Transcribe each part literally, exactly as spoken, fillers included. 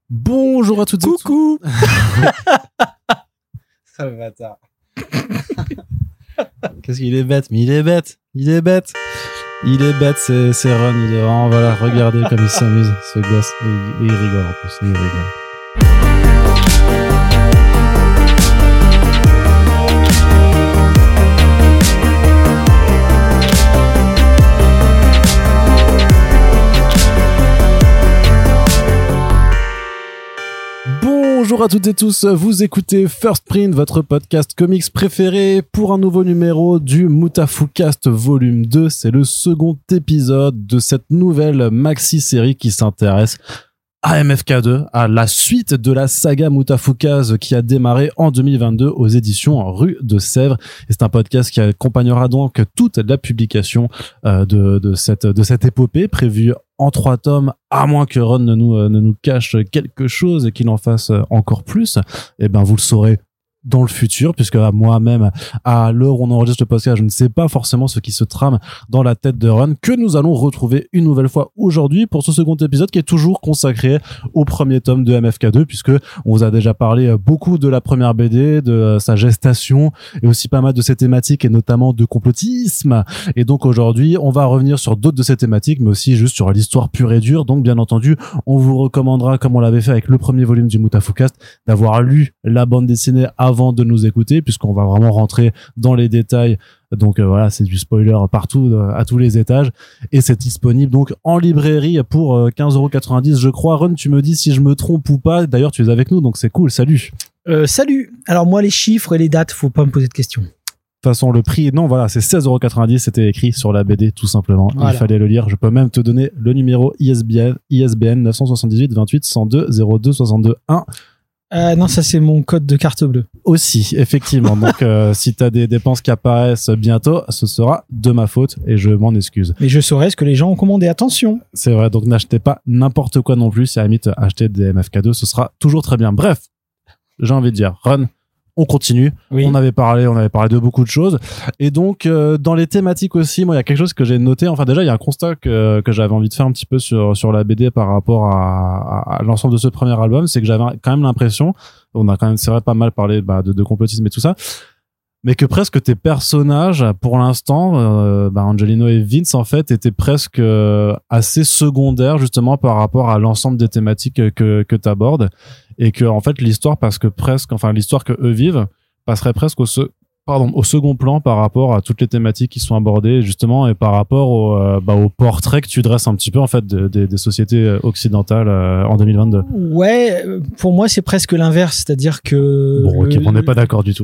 Bonjour à toutes et tous. Coucou. Sale bâtard. Qu'est-ce qu'il est bête, mais il est bête, il est bête. Il est bête, c'est, c'est Ron, il est vraiment, voilà, regardez comme il s'amuse, ce gosse. Et il, et il rigole en plus, il rigole. Bonjour à toutes et tous, vous écoutez First Print, votre podcast comics préféré pour un nouveau numéro du Mutafucast volume deux. C'est le second épisode de cette nouvelle maxi-série qui s'intéresse à M F K deux, à la suite de la saga Mutafukaz qui a démarré en deux mille vingt-deux aux éditions Rue de Sèvres. Et c'est un podcast qui accompagnera donc toute la publication euh, de, de, cette, de cette épopée prévue en trois tomes, à moins que Ron ne nous, ne nous cache quelque chose et qu'il en fasse encore plus. Et ben, vous le saurez dans le futur, puisque moi-même, à l'heure où on enregistre le podcast, je ne sais pas forcément ce qui se trame dans la tête de Ron, que nous allons retrouver une nouvelle fois aujourd'hui pour ce second épisode qui est toujours consacré au premier tome de M F K deux, puisque on vous a déjà parlé beaucoup de la première B D, de sa gestation, et aussi pas mal de ses thématiques, et notamment de complotisme. Et donc aujourd'hui, on va revenir sur d'autres de ces thématiques, mais aussi juste sur l'histoire pure et dure. Donc bien entendu, on vous recommandera, comme on l'avait fait avec le premier volume du Mutafukast, d'avoir lu la bande dessinée avant avant de nous écouter, puisqu'on va vraiment rentrer dans les détails. Donc euh, voilà, c'est du spoiler partout, euh, à tous les étages, et c'est disponible donc en librairie pour euh, quinze euros quatre-vingt-dix, je crois. Ron, tu me dis si je me trompe ou pas. D'ailleurs, tu es avec nous, donc c'est cool. Salut. Euh, salut. Alors moi, les chiffres et les dates, faut pas me poser de questions. De toute façon, le prix, non, voilà, c'est seize euros quatre-vingt-dix. C'était écrit sur la B D, tout simplement. Voilà. Il fallait le lire. Je peux même te donner le numéro I S B N, I S B N neuf cent soixante-dix-huit vingt-huit cent deux zéro deux soixante-deux un. Euh, non, ça c'est mon code de carte bleue. Aussi, effectivement. Donc, euh, si t'as des dépenses qui apparaissent bientôt, ce sera de ma faute et je m'en excuse. Mais je saurai ce que les gens ont commandé. Attention. C'est vrai. Donc, n'achetez pas n'importe quoi non plus. Si à la limite acheter des M F K deux, ce sera toujours très bien. Bref, j'ai envie de dire, Ron, on continue. Oui. On avait parlé, on avait parlé de beaucoup de choses. Et donc, euh, dans les thématiques aussi, moi, il y a quelque chose que j'ai noté. Enfin, déjà, il y a un constat que, que j'avais envie de faire un petit peu sur, sur la B D par rapport à, à, à l'ensemble de ce premier album. C'est que j'avais quand même l'impression, on a quand même, c'est vrai, pas mal parlé, bah, de, de complotisme et tout ça, mais que presque tes personnages, pour l'instant, euh, bah, Angelino et Vince, en fait, étaient presque euh, assez secondaires, justement, par rapport à l'ensemble des thématiques que, que t'abordes. Et que, en fait, l'histoire, parce que presque, enfin, l'histoire que eux vivent, passerait presque au, se, pardon, au second plan par rapport à toutes les thématiques qui sont abordées, justement, et par rapport au, euh, bah, au portrait que tu dresses un petit peu, en fait, de, de, des sociétés occidentales euh, en deux mille vingt-deux. Ouais, pour moi, c'est presque l'inverse, c'est-à-dire que... Bon, ok, le... on n'est pas d'accord du tout.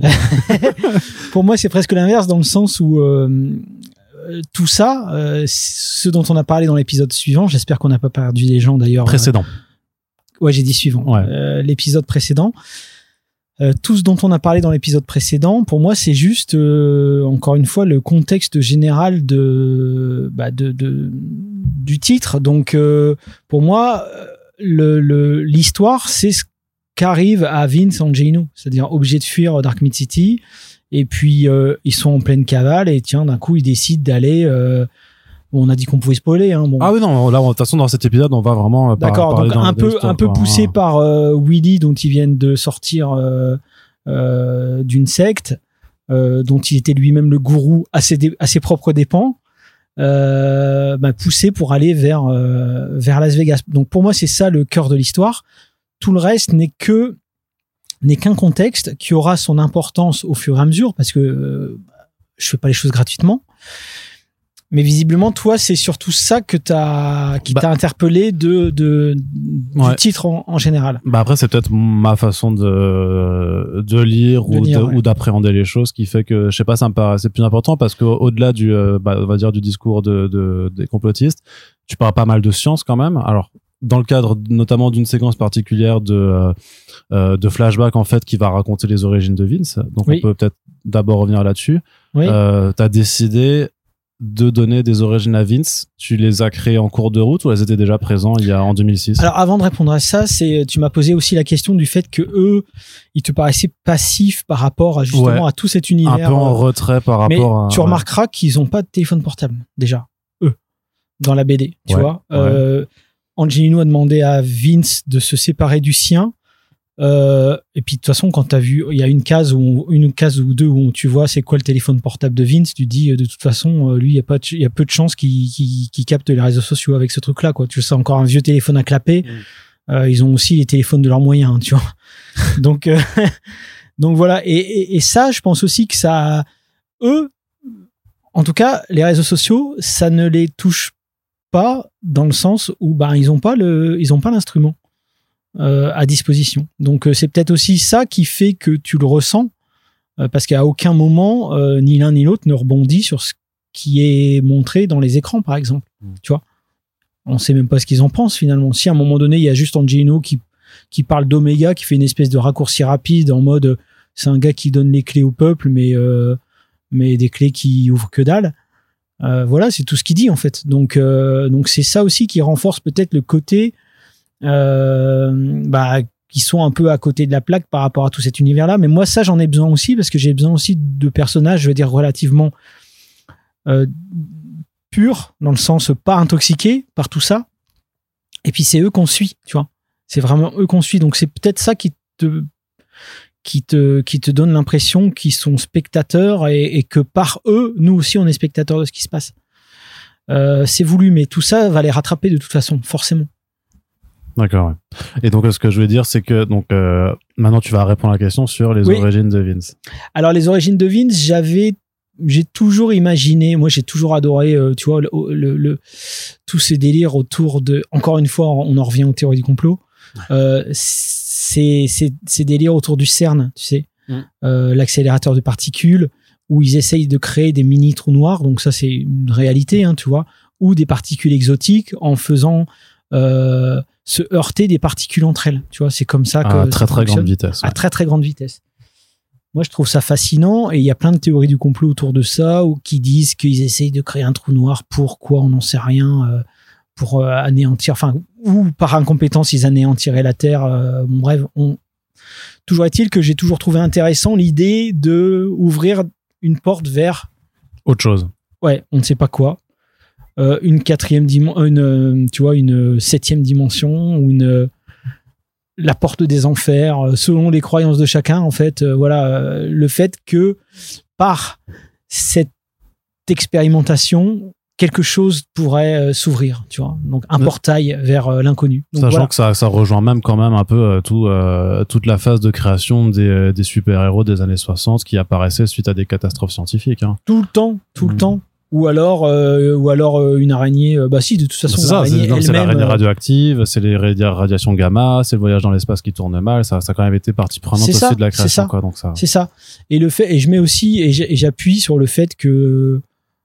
Pour moi, c'est presque l'inverse dans le sens où... Euh... tout ça, euh, ce dont on a parlé dans l'épisode suivant, j'espère qu'on n'a pas perdu les gens d'ailleurs. Précédent. Euh, ouais, j'ai dit suivant. Ouais. Euh, l'épisode précédent. Euh, tout ce dont on a parlé dans l'épisode précédent, pour moi, c'est juste, euh, encore une fois, le contexte général de, bah, de, de du titre. Donc, euh, pour moi, le, le, l'histoire, c'est ce qu'arrive à Vince Angelino, c'est-à-dire obligé de fuir Dark Mid City. Et puis, euh, ils sont en pleine cavale et tiens, d'un coup, ils décident d'aller... Euh, on a dit qu'on pouvait spoiler. Hein, bon. Ah oui, non, là, de toute façon, dans cet épisode, on va vraiment... D'accord, par, donc un peu, un peu poussé par euh, Willy, dont ils viennent de sortir euh, euh, d'une secte, euh, dont il était lui-même le gourou à ses, dé- à ses propres dépens, euh, bah, poussé pour aller vers, euh, vers Las Vegas. Donc pour moi, c'est ça le cœur de l'histoire. Tout le reste n'est que... n'est qu'un contexte qui aura son importance au fur et à mesure, parce que euh, je fais pas les choses gratuitement. Mais visiblement, toi, c'est surtout ça que t'as, qui bah, t'a interpellé de, de, ouais. du titre en, en général. Bah après, c'est peut-être ma façon de, de lire, de ou, lire de, ouais. ou d'appréhender les choses qui fait que, je sais pas, ça me paraît, c'est plus important parce que au-delà du, euh, bah, on va dire du discours de, de, des complotistes, tu parles pas mal de science quand même. Alors, dans le cadre notamment d'une séquence particulière de, euh, de flashback, en fait, qui va raconter les origines de Vince. Donc, oui. on peut peut-être d'abord revenir là-dessus. Oui. Euh, t'as décidé de donner des origines à Vince. Tu les as créées en cours de route ou elles étaient déjà présentes il y a en deux mille six? Alors avant de répondre à ça, c'est tu m'as posé aussi la question du fait que eux, ils te paraissaient passifs par rapport à justement ouais. à tout cet univers. Un peu en retrait par rapport mais à. Tu remarqueras ouais. qu'ils ont pas de téléphone portable déjà eux dans la B D, tu ouais. vois. Ouais. Euh, Angelino a demandé à Vince de se séparer du sien. Euh, et puis de toute façon, quand t'as vu, il y a une case où on, une case ou deux où tu vois c'est quoi le téléphone portable de Vince, tu dis de toute façon lui il y a pas il y a peu de chances qu'il, qu'il, qu'il capte les réseaux sociaux avec ce truc là quoi. Tu sais, encore un vieux téléphone à clapper. Mmh. Euh, ils ont aussi les téléphones de leurs moyens, hein, tu vois. donc euh, donc voilà. Et, et, et ça, je pense aussi que ça, eux, en tout cas, les réseaux sociaux, ça ne les touche pas dans le sens où ben ils ont pas le ils ont pas l'instrument. Euh, à disposition. Donc euh, c'est peut-être aussi ça qui fait que tu le ressens euh, parce qu'à aucun moment euh, ni l'un ni l'autre ne rebondit sur ce qui est montré dans les écrans par exemple. Mmh. Tu vois, on sait même pas ce qu'ils en pensent finalement. Si à un moment donné il y a juste Angelino qui qui parle d'Omega, qui fait une espèce de raccourci rapide en mode euh, c'est un gars qui donne les clés au peuple mais euh, mais des clés qui ouvrent que dalle. Euh, voilà, c'est tout ce qu'il dit en fait. Donc euh, donc c'est ça aussi qui renforce peut-être le côté Euh, bah, qui sont un peu à côté de la plaque par rapport à tout cet univers-là. Mais moi, ça, j'en ai besoin aussi parce que j'ai besoin aussi de personnages, je veux dire, relativement euh, purs, dans le sens pas intoxiqués par tout ça. Et puis, c'est eux qu'on suit, tu vois. C'est vraiment eux qu'on suit. Donc, c'est peut-être ça qui te, qui te, qui te donne l'impression qu'ils sont spectateurs et, et que par eux, nous aussi, on est spectateurs de ce qui se passe. Euh, c'est voulu, mais tout ça va les rattraper de toute façon, forcément. D'accord, ouais. Et donc, ce que je voulais dire, c'est que donc euh, maintenant, tu vas répondre à la question sur les oui. origines de Vince. Alors, les origines de Vince, j'avais, j'ai toujours imaginé, moi, j'ai toujours adoré, euh, tu vois, le, le, le, tous ces délires autour de, encore une fois, on en revient aux théories du complot, euh, c'est, c'est, ces délires autour du CERN, tu sais, mm. euh, l'accélérateur de particules, où ils essayent de créer des mini trous noirs, donc ça, c'est une réalité, hein, tu vois, ou des particules exotiques en faisant euh, se heurter des particules entre elles, tu vois, c'est comme ça que à très ça très grande vitesse. Ouais. À très très grande vitesse. Moi, je trouve ça fascinant et il y a plein de théories du complot autour de ça ou qui disent qu'ils essayent de créer un trou noir. Pourquoi on n'en sait rien euh, pour euh, anéantir, enfin, ou par incompétence ils anéantiraient la Terre. Euh, bon, bref, on... toujours est-il que j'ai toujours trouvé intéressant l'idée de ouvrir une porte vers autre chose. Ouais, on ne sait pas quoi. Euh, une quatrième dimension, une, tu vois, une septième dimension ou une la porte des enfers, selon les croyances de chacun, en fait. Euh, voilà, euh, le fait que par cette expérimentation, quelque chose pourrait euh, s'ouvrir, tu vois. Donc un ouais. portail vers euh, l'inconnu. Donc, Sachant voilà. que ça, ça rejoint même quand même un peu euh, tout, euh, toute la phase de création des, euh, des super-héros des années soixante qui apparaissaient suite à des catastrophes scientifiques. Hein. Tout le temps, tout mmh. le temps. Ou alors, euh, ou alors euh, une araignée. Euh, bah si, de toute façon, c'est ça. C'est, non, c'est l'araignée euh... radioactive, c'est les radiations gamma, c'est le voyage dans l'espace qui tourne mal. Ça, ça a quand même été partie prenante aussi ça, de la création, c'est ça, quoi. Donc ça. C'est ça. Et le fait, et je mets aussi, et j'appuie sur le fait que,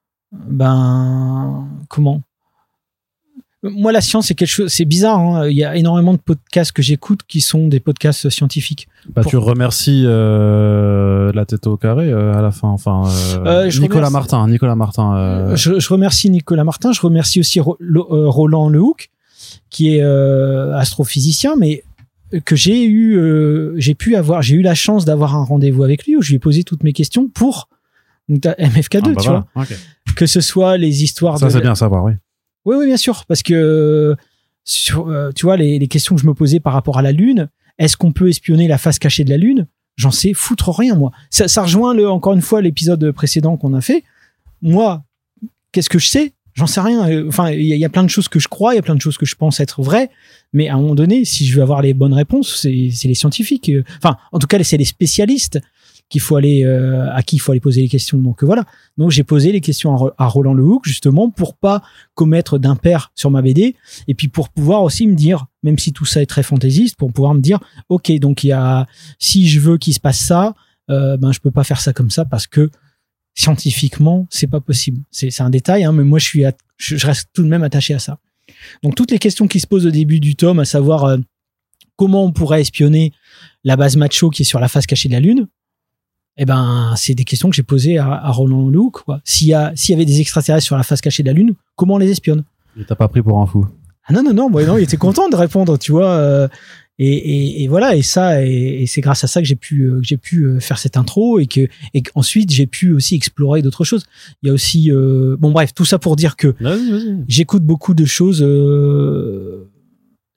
ben, comment? Moi, la science, c'est quelque chose, c'est bizarre, hein. Il y a énormément de podcasts que j'écoute qui sont des podcasts scientifiques. Bah, Pour... tu remercies, euh, la tête au carré, euh, à la fin, enfin, euh, euh, Nicolas remercie... Martin, Nicolas Martin, euh... je, je remercie Nicolas Martin, je remercie aussi Ro- Lo- Roland Lehoucq, qui est, euh, astrophysicien, mais que j'ai eu, euh, j'ai pu avoir, j'ai eu la chance d'avoir un rendez-vous avec lui où je lui ai posé toutes mes questions pour M F K deux, ah, bah tu voilà. vois. Okay. Que ce soit les histoires Ça, de... Ça, c'est bien à savoir, oui. Oui, oui, bien sûr, parce que sur, euh, tu vois, les, les questions que je me posais par rapport à la Lune, est-ce qu'on peut espionner la face cachée de la Lune? J'en sais foutre rien, moi. Ça, ça rejoint, le, encore une fois, l'épisode précédent qu'on a fait. Moi, qu'est-ce que je sais? J'en sais rien. Enfin, il y, y a plein de choses que je crois, il y a plein de choses que je pense être vraies, mais à un moment donné, si je veux avoir les bonnes réponses, c'est, c'est les scientifiques. Enfin, en tout cas, c'est les spécialistes qu'il faut aller euh, à qui il faut aller poser les questions. Donc euh, voilà. Donc j'ai posé les questions à, à Roland Lehoucq justement pour pas commettre d'impair sur ma B D et puis pour pouvoir aussi me dire, même si tout ça est très fantaisiste, pour pouvoir me dire ok, donc il y a, si je veux qu'il se passe ça, euh, ben je peux pas faire ça comme ça parce que scientifiquement c'est pas possible. C'est, c'est un détail, hein, mais moi je suis à, je, je reste tout de même attaché à ça. Donc toutes les questions qui se posent au début du tome, à savoir euh, comment on pourrait espionner la base macho qui est sur la face cachée de la Lune. Eh ben, c'est des questions que j'ai posées à, à Roland Lehoucq, quoi. S'il y a, s'il y avait des extraterrestres sur la face cachée de la Lune, comment on les espionne? Il t'a pas pris pour un fou. Ah non, non, non, bon, non, il était content de répondre, tu vois, euh, et, et, et voilà, et ça, et, et c'est grâce à ça que j'ai pu, euh, que j'ai pu euh, faire cette intro et que, et qu'ensuite j'ai pu aussi explorer d'autres choses. Il y a aussi, euh, bon, bref, tout ça pour dire que vas-y, vas-y. J'écoute beaucoup de choses, euh,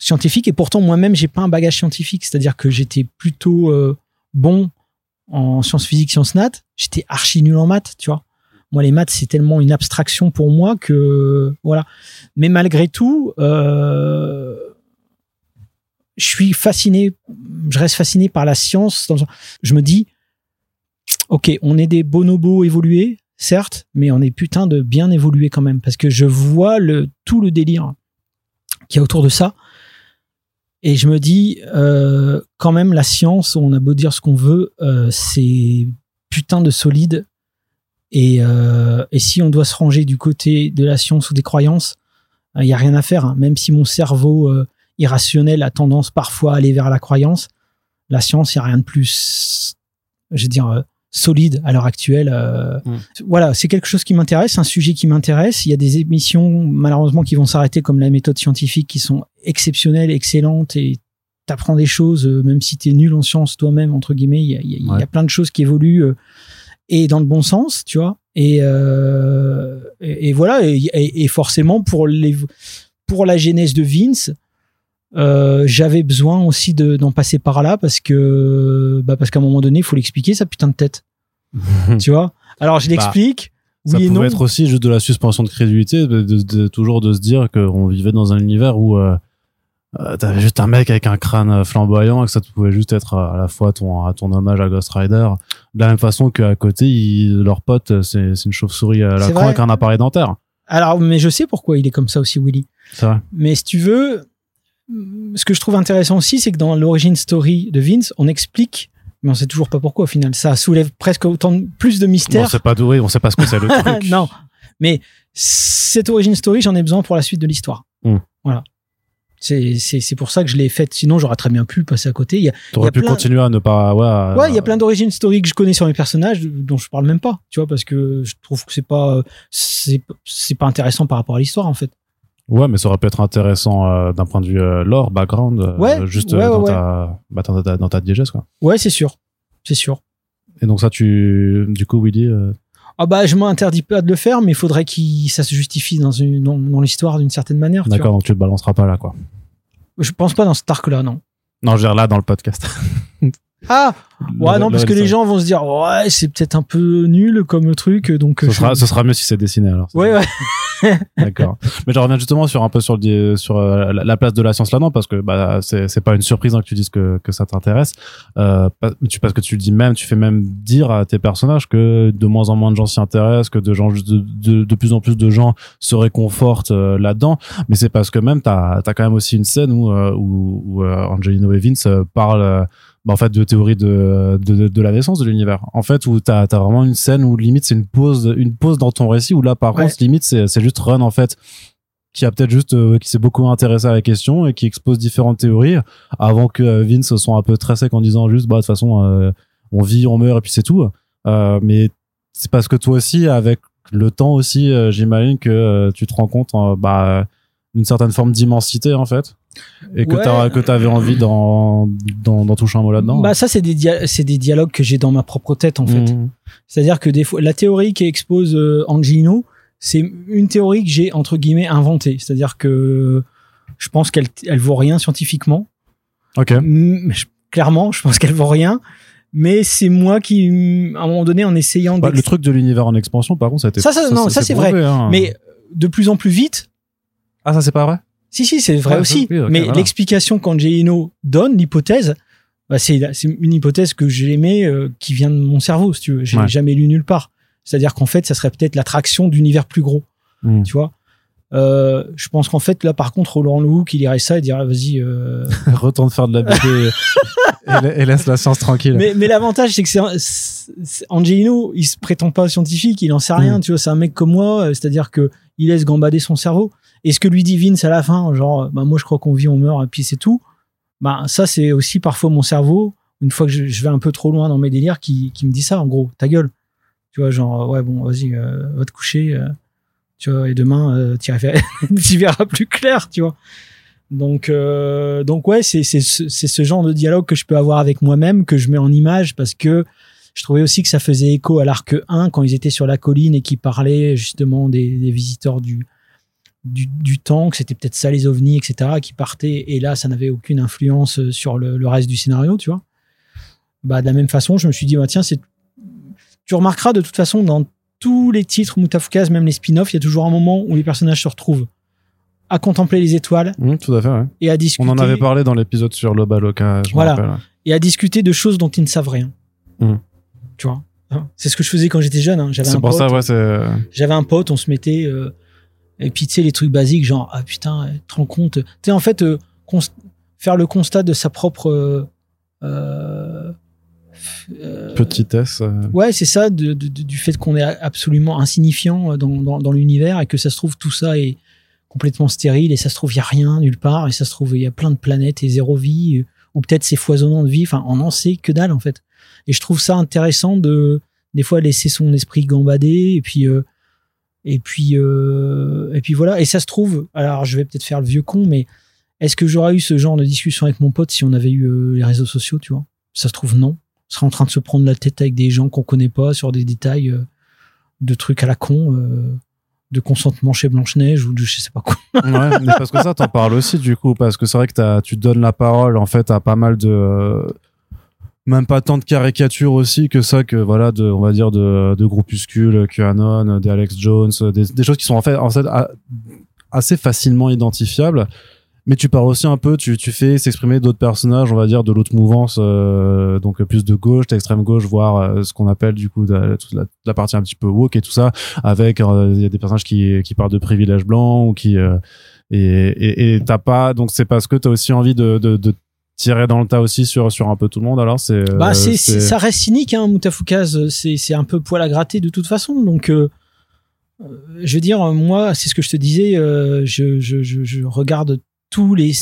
scientifique, et pourtant moi-même j'ai pas un bagage scientifique, c'est-à-dire que j'étais plutôt euh, bon en sciences physiques, sciences nat, j'étais archi nul en maths, tu vois. Moi les maths c'est tellement une abstraction pour moi que voilà. Mais malgré tout, euh, je suis fasciné, je reste fasciné par la science. Dans le... Je me dis, ok, on est des bonobos évolués, certes, mais on est putain de bien évolués quand même, parce que je vois le tout le délire qu'il y a autour de ça. Et je me dis, euh, quand même, la science, on a beau dire ce qu'on veut, euh, c'est putain de solide. Et, euh, et si on doit se ranger du côté de la science ou des croyances, il euh, n'y a rien à faire. Hein. Même si mon cerveau euh, irrationnel a tendance parfois à aller vers la croyance, la science, il n'y a rien de plus, je veux dire, euh, solide à l'heure actuelle. Euh, mmh. Voilà, c'est quelque chose qui m'intéresse, un sujet qui m'intéresse. Il y a des émissions, malheureusement, qui vont s'arrêter, comme la méthode scientifique, qui sont exceptionnelles, excellentes, et t'apprends des choses, euh, même si t'es nul en sciences toi-même, entre guillemets, il y a, il y a, ouais. il y a plein de choses qui évoluent, euh, et dans le bon sens, tu vois. Et, euh, et, et voilà, et, et, et forcément, pour, les, pour la genèse de Vince, Euh, j'avais besoin aussi de, d'en passer par là, parce que bah parce qu'à un moment donné il faut l'expliquer, sa putain de tête. Tu vois, alors je l'explique, bah, oui et non. Ça pouvait être aussi juste de la suspension de crédulité, de, de, de toujours de se dire qu'on vivait dans un univers où euh, euh, t'avais juste un mec avec un crâne flamboyant et que ça pouvait juste être à la fois ton, à ton hommage à Ghost Rider, de la même façon qu'à côté il, leur pote c'est, c'est une chauve-souris à la croix avec un appareil dentaire. Alors mais je sais pourquoi il est comme ça aussi, Willy. C'est vrai. Mais si tu veux, ce que je trouve intéressant aussi, c'est que dans l'origin story de Vince, on explique, mais on sait toujours pas pourquoi au final. Ça soulève presque autant de, plus de mystère. On sait pas d'où, on sait pas ce que c'est le truc. Non, mais cette origin story, j'en ai besoin pour la suite de l'histoire. Mm. Voilà. C'est, c'est, c'est pour ça que je l'ai faite. Sinon, j'aurais très bien pu passer à côté. Il y a, T'aurais il y a pu plein... continuer à ne pas, ouais. À... Ouais, il y a plein d'origin story que je connais sur mes personnages dont je parle même pas, tu vois, parce que je trouve que c'est pas, c'est, c'est pas intéressant par rapport à l'histoire, en fait. Ouais, mais ça aurait pu être intéressant euh, d'un point de vue euh, lore, background, euh, ouais, juste ouais, euh, dans, ouais, ta, ouais. Bah, dans, ta, dans ta diégèse, quoi. Ouais, c'est sûr. C'est sûr. Et donc ça, tu... Du coup, Willy... Euh... Ah bah, je m'interdis pas de le faire, mais il faudrait que ça se justifie dans, une, dans, dans l'histoire d'une certaine manière. D'accord, tu donc tu le balanceras pas là, quoi. Je pense pas dans cet arc-là, non. Non, je veux dire là, dans le podcast. Ah ouais, le, non, le, parce le, que le, les gens vont se dire, ouais, c'est peut-être un peu nul comme truc, donc... Ce, je... sera, ce sera mieux si c'est dessiné, alors. Ouais, ouais. D'accord. Mais je reviens justement sur un peu sur le sur euh, la place de la science là-dedans, parce que bah c'est c'est pas une surprise hein, que tu dises que que ça t'intéresse. Euh, tu parce que tu le dis même, tu fais même dire à tes personnages que de moins en moins de gens s'y intéressent, que de gens de de, de plus en plus de gens se réconfortent euh, là-dedans. Mais c'est parce que même t'as t'as quand même aussi une scène où euh, où, où euh, Angelino et Vince euh, parlent euh, bah, en fait de théorie de, de de la naissance de l'univers, en fait, où t'as t'as vraiment une scène où limite c'est une pause une pause dans ton récit, où là par ouais. contre limite c'est c'est juste Ron en fait qui a peut-être juste euh, qui s'est beaucoup intéressé à la question et qui expose différentes théories avant que euh, Vince soit un peu très sec en disant juste bah de toute façon euh, on vit, on meurt et puis c'est tout. Euh, mais c'est parce que toi aussi avec le temps aussi euh, j'imagine que euh, tu te rends compte euh, bah d'une certaine forme d'immensité en fait, et que ouais. t'as, que t'avais envie d'en, d'en, d'en toucher un mot là-dedans. Bah ça c'est des dia- c'est des dialogues que j'ai dans ma propre tête en fait. Mmh. C'est-à-dire que des fois la théorie qu'expose euh, Angelino, c'est une théorie que j'ai entre guillemets inventée. C'est-à-dire que je pense qu'elle elle vaut rien scientifiquement. Ok. Mmh, je, clairement, je pense qu'elle vaut rien. Mais c'est moi qui, à un moment donné, en essayant bah, le truc de l'univers en expansion, par contre, ça a été ça, ça, ça non, ça c'est, c'est vrai. Prouvé, hein. Mais de plus en plus vite. Ah, ça c'est pas vrai? Si, si, c'est vrai ouais, aussi. Oui, okay, mais voilà. L'explication qu'Angelino donne, l'hypothèse, bah, c'est, c'est une hypothèse que j'ai aimée, euh, qui vient de mon cerveau, si tu veux. Je l'ai ouais. jamais lu nulle part. C'est-à-dire qu'en fait, ça serait peut-être l'attraction d'univers plus gros. Mm. Tu vois? Euh, je pense qu'en fait, là, par contre, Roland Lehoucq, il irait ça et dirait, vas-y, euh... retourne faire de la B D et, et laisse la science tranquille. Mais, mais l'avantage, c'est que c'est, c'est, Angelino, il se prétend pas scientifique, il en sait rien, mm. tu vois, c'est un mec comme moi, c'est-à-dire que il laisse gambader son cerveau. Et ce que lui dit Vince à la fin, genre, bah, moi, je crois qu'on vit, on meurt, et puis c'est tout. Bah, ça, c'est aussi parfois mon cerveau, une fois que je, je vais un peu trop loin dans mes délires, qui, qui me dit ça, en gros, ta gueule. Tu vois, genre, ouais, bon, vas-y, euh, va te coucher, euh, tu vois, et demain, euh, t'y, t'y verras plus clair, tu vois. Donc, euh, donc ouais, c'est, c'est, c'est ce genre de dialogue que je peux avoir avec moi-même, que je mets en image, parce que je trouvais aussi que ça faisait écho à l'arc un, quand ils étaient sur la colline et qu'ils parlaient justement des, des visiteurs du, du, du temps, que c'était peut-être ça les ovnis, et cetera, qui partaient, et là, ça n'avait aucune influence sur le, le reste du scénario, tu vois. Bah, de la même façon, je me suis dit, bah, tiens, c'est... tu remarqueras de toute façon, dans tous les titres Mutafukas, même les spin-offs, il y a toujours un moment où les personnages se retrouvent à contempler les étoiles. Mmh, tout à fait, ouais. Et à discuter. On en avait parlé dans l'épisode sur Loba Loca, je voilà. me rappelle. Ouais. Et à discuter de choses dont ils ne savent rien. Mmh. Tu vois. C'est ce que je faisais quand j'étais jeune. Hein. J'avais c'est un pour pote, ça, ouais, c'est... J'avais un pote, on se mettait... Euh, et puis, tu sais, les trucs basiques, genre, ah putain, tu te rends compte... Tu sais, en fait, euh, const- faire le constat de sa propre... Euh, euh, petitesse. Euh... Ouais, c'est ça, de, de, de, du fait qu'on est absolument insignifiant dans, dans, dans l'univers et que ça se trouve, tout ça est complètement stérile et ça se trouve, il n'y a rien nulle part et ça se trouve, il y a plein de planètes et zéro vie ou peut-être c'est foisonnant de vie. Enfin, on n'en sait que dalle, en fait. Et je trouve ça intéressant de, des fois, laisser son esprit gambader et puis, euh, et puis, euh, et puis voilà. Et ça se trouve, alors je vais peut-être faire le vieux con, mais est-ce que j'aurais eu ce genre de discussion avec mon pote si on avait eu euh, les réseaux sociaux, tu vois? Ça se trouve, non. On serait en train de se prendre la tête avec des gens qu'on connaît pas sur des détails euh, de trucs à la con, euh, de consentement chez Blanche-Neige ou de je sais pas quoi. Ouais, mais parce que ça, t'en parles aussi, du coup, parce que c'est vrai que t'as, tu donnes la parole, en fait, à pas mal de, euh, même pas tant de caricatures aussi que ça, que voilà, de, on va dire, de, de groupuscules, QAnon, des Alex Jones, des, des choses qui sont en fait, en fait, assez facilement identifiables. Mais tu parles aussi un peu, tu, tu fais s'exprimer d'autres personnages, on va dire, de l'autre mouvance, euh, donc plus de gauche, d'extrême gauche, voire euh, ce qu'on appelle du coup de la, toute la, la partie un petit peu woke et tout ça, avec il euh, y a des personnages qui, qui parlent de privilèges blancs ou qui euh, et, et, et t'as pas, donc c'est parce que t'as aussi envie de, de, de tirer dans le tas aussi sur sur un peu tout le monde. Alors c'est bah c'est, euh, c'est... ça reste cynique, hein, Mutafukas, c'est c'est un peu poil à gratter de toute façon, donc. Euh... Je veux dire, moi, c'est ce que je te disais, euh, je, je, je, je regarde tous les,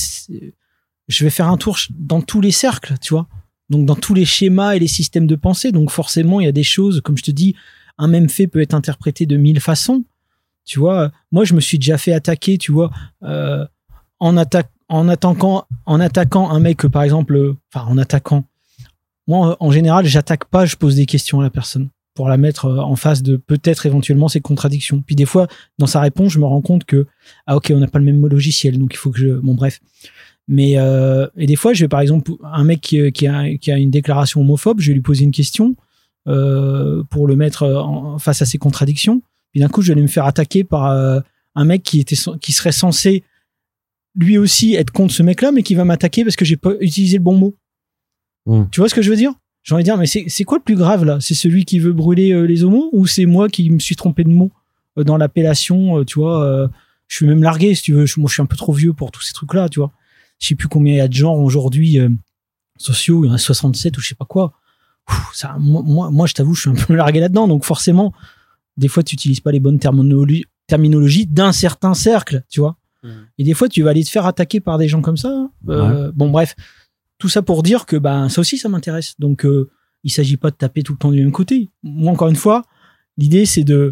je vais faire un tour dans tous les cercles, tu vois. Donc, dans tous les schémas et les systèmes de pensée. Donc, forcément, il y a des choses, comme je te dis, un même fait peut être interprété de mille façons. Tu vois, moi, je me suis déjà fait attaquer, tu vois, euh, en attaque, en attaquant, en attaquant un mec, par exemple, enfin, en attaquant. Moi, en général, j'attaque pas, je pose des questions à la personne pour la mettre en face de peut-être éventuellement ses contradictions. Puis des fois, dans sa réponse, je me rends compte que ah ok, on n'a pas le même logiciel, donc il faut que je bon bref. Mais euh, et des fois, je vais par exemple un mec qui, qui a qui a une déclaration homophobe, je vais lui poser une question euh, pour le mettre en, face à ses contradictions. Puis d'un coup, je vais me faire attaquer par euh, un mec qui était qui serait censé lui aussi être contre ce mec-là, mais qui va m'attaquer parce que j'ai pas utilisé le bon mot. Mmh. Tu vois ce que je veux dire? J'ai envie de dire, mais c'est, c'est quoi le plus grave là? C'est celui qui veut brûler euh, les homos ou c'est moi qui me suis trompé de mot euh, dans l'appellation, euh, tu vois, euh, je suis même largué si tu veux, je, moi je suis un peu trop vieux pour tous ces trucs là, tu vois. Je sais plus combien il y a de genres aujourd'hui euh, sociaux, il y en a soixante-sept ou je sais pas quoi. Ouh, ça, moi, moi je t'avoue, je suis un peu largué là-dedans, donc forcément, des fois tu utilises pas les bonnes terminologies, terminologies d'un certain cercle, tu vois. Mmh. Et des fois tu vas aller te faire attaquer par des gens comme ça. Hein. Euh, ouais. Bon bref. Tout ça pour dire que ben ça aussi ça m'intéresse. Donc euh, il s'agit pas de taper tout le temps du même côté. Moi encore une fois, l'idée c'est de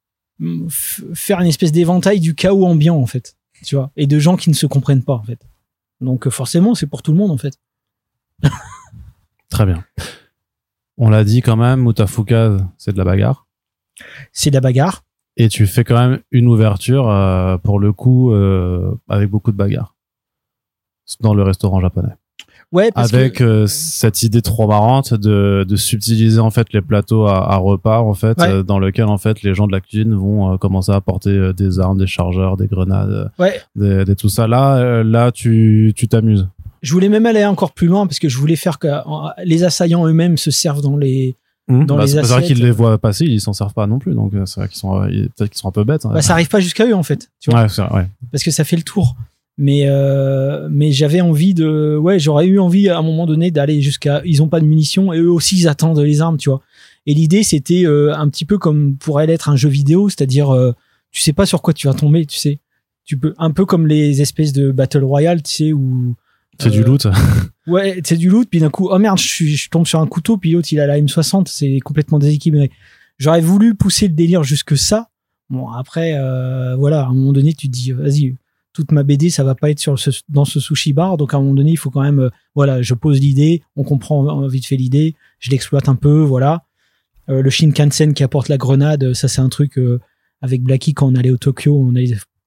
f- faire une espèce d'éventail du chaos ambiant en fait, tu vois, et de gens qui ne se comprennent pas en fait. Donc euh, forcément c'est pour tout le monde en fait. Très bien. On l'a dit quand même, Mutafukas, c'est de la bagarre. C'est de la bagarre. Et tu fais quand même une ouverture euh, pour le coup euh, avec beaucoup de bagarres dans le restaurant japonais. Ouais, parce avec que... euh, cette idée trop marrante de, de subtiliser en fait les plateaux à, à repas en fait, ouais. euh, dans lequel en fait les gens de la cuisine vont euh, commencer à apporter euh, des armes, des chargeurs, des grenades, ouais. des, des tout ça. Là, euh, là, tu, tu t'amuses. Je voulais même aller encore plus loin parce que je voulais faire que euh, les assaillants eux-mêmes se servent dans les mmh, dans bah, les c'est assiettes. vrai qu'ils les voient passer, ils s'en servent pas non plus, donc c'est vrai qu'ils sont euh, peut-être qu'ils sont un peu bêtes. Hein. Bah, ça arrive pas jusqu'à eux en fait. Tu vois, ouais, c'est vrai, ouais. Parce que ça fait le tour. Mais euh, mais j'avais envie de ouais j'aurais eu envie à un moment donné d'aller jusqu'à ils ont pas de munitions et eux aussi ils attendent les armes, tu vois. Et l'idée c'était euh, un petit peu comme pourrait l'être un jeu vidéo, c'est-à-dire euh, tu sais pas sur quoi tu vas tomber, tu sais. Tu peux un peu comme les espèces de battle royale, tu sais, où c'est euh, du loot. Ouais, c'est du loot puis d'un coup oh merde, je suis je tombe sur un couteau puis l'autre il a la M soixante, c'est complètement déséquilibré. J'aurais voulu pousser le délire jusque ça. Bon après euh, voilà, à un moment donné tu te dis vas-y, toute ma B D, ça va pas être sur ce, dans ce sushi bar. Donc, à un moment donné, il faut quand même, euh, voilà, je pose l'idée, on comprend vite fait l'idée, je l'exploite un peu, voilà. Euh, le Shinkansen qui apporte la grenade, ça, c'est un truc, euh, avec Blacky, quand on allait au Tokyo, on allait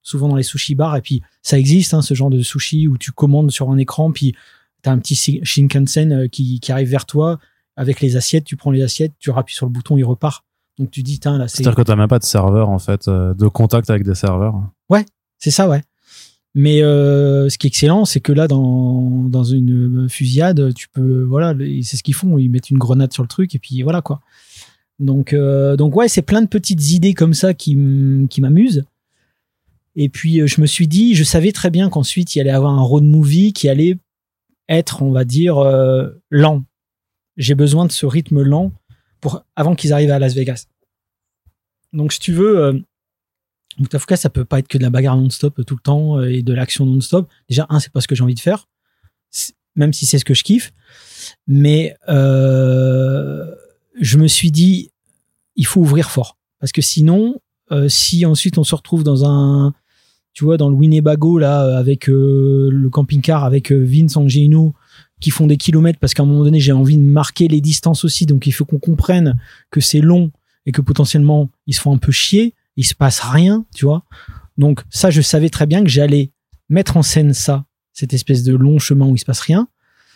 souvent dans les sushi bars, et puis ça existe, hein, ce genre de sushi où tu commandes sur un écran, puis t'as un petit Shinkansen qui, qui arrive vers toi avec les assiettes, tu prends les assiettes, tu rappuies sur le bouton, il repart. Donc tu dis, là, c'est... C'est-à-dire que t'as même pas de serveur, en fait, de contact avec des serveurs. Ouais, c'est ça, ouais. Mais euh, ce qui est excellent, c'est que là, dans, dans une fusillade, tu peux, voilà, c'est ce qu'ils font, ils mettent une grenade sur le truc, et puis voilà, quoi. Donc, euh, donc ouais, c'est plein de petites idées comme ça qui, m- qui m'amusent. Et puis, je me suis dit, je savais très bien qu'ensuite, il y allait avoir un road movie qui allait être, on va dire, euh, lent. J'ai besoin de ce rythme lent pour, avant qu'ils arrivent à Las Vegas. Donc, si tu veux, euh, Mutafuka, ça peut pas être que de la bagarre non-stop tout le temps et de l'action non-stop. Déjà, un, c'est pas ce que j'ai envie de faire, même si c'est ce que je kiffe. Mais euh, je me suis dit, il faut ouvrir fort. Parce que sinon, euh, si ensuite on se retrouve dans un, tu vois, dans le Winnebago, là, avec euh, le camping-car, avec euh, Vince Angelino, qui font des kilomètres, parce qu'à un moment donné, j'ai envie de marquer les distances aussi. Donc, il faut qu'on comprenne que c'est long et que potentiellement, ils se font un peu chier. Il se passe rien, tu vois. Donc, ça, je savais très bien que j'allais mettre en scène ça, cette espèce de long chemin où il se passe rien.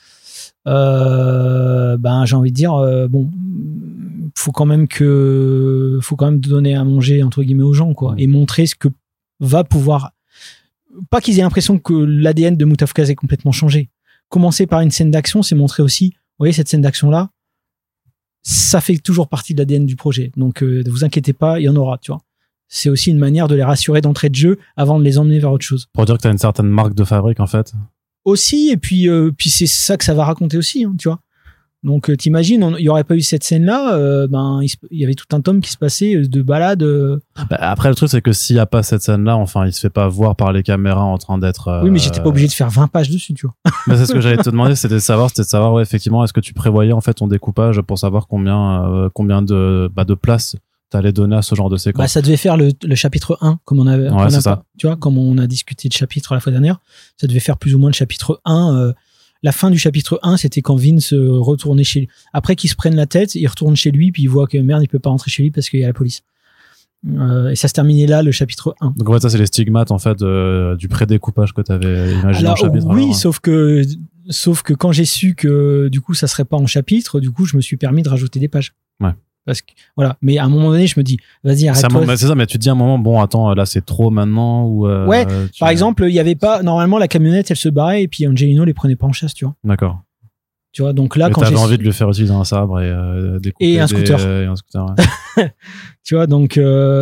Euh, ben, j'ai envie de dire, euh, bon, faut quand même que, faut quand même donner à manger, entre guillemets, aux gens, quoi. Et montrer ce que va pouvoir, pas qu'ils aient l'impression que l'A D N de Mutafuka est complètement changé. Commencer par une scène d'action, c'est montrer aussi, vous voyez, cette scène d'action-là, ça fait toujours partie de l'A D N du projet. Donc, euh, ne vous inquiétez pas, il y en aura, tu vois. C'est aussi une manière de les rassurer d'entrée de jeu avant de les emmener vers autre chose. Pour dire que tu as une certaine marque de fabrique, en fait. Aussi, et puis, euh, puis c'est ça que ça va raconter aussi, hein, tu vois. Donc, euh, t'imagines, il n'y aurait pas eu cette scène-là, euh, ben, il, se, il y avait tout un tome qui se passait de balade. Euh... Bah, après, le truc, c'est que s'il n'y a pas cette scène-là, enfin, il se fait pas voir par les caméras en train d'être... Euh... Oui, mais j'étais pas obligé de faire vingt pages dessus, tu vois. Mais c'est ce que j'allais te demander, c'était de savoir, c'était de savoir, ouais, effectivement, est-ce que tu prévoyais, en fait, ton découpage pour savoir combien, euh, combien de, bah, de place t'allais donner à ce genre de séquence? Bah, ça devait faire le, le chapitre un, comme on avait, ouais, on c'est a ça. Pas, tu vois, comme on a discuté de chapitre la fois dernière, ça devait faire plus ou moins le chapitre un. Euh, la fin du chapitre un, c'était quand Vince retournait chez lui. Après qu'il se prenne la tête, il retourne chez lui, puis il voit que merde, il peut pas rentrer chez lui parce qu'il y a la police. Euh, et ça se terminait là, le chapitre un. Donc, en fait, ça, c'est les stigmates, en fait, euh, du pré-découpage que t'avais imaginé alors, en chapitre. Oui, alors, sauf que, sauf que quand j'ai su que, du coup, ça serait pas en chapitre, du coup, je me suis permis de rajouter des pages. Ouais. Parce que, voilà. Mais à un moment donné, je me dis, vas-y, arrête-toi. C'est, c'est ça, mais tu te dis à un moment, bon, attends, là, c'est trop maintenant, ou, euh, ouais. Tu... Par exemple, il y avait pas, normalement, la camionnette, elle se barrait, et puis Angelino les prenait pas en chasse, tu vois. D'accord. Tu vois, donc là, et quand t'avais j'ai envie de lui faire utiliser un sabre et, euh, découper et un des, scooter. Euh, et un scooter, ouais. Tu vois, donc,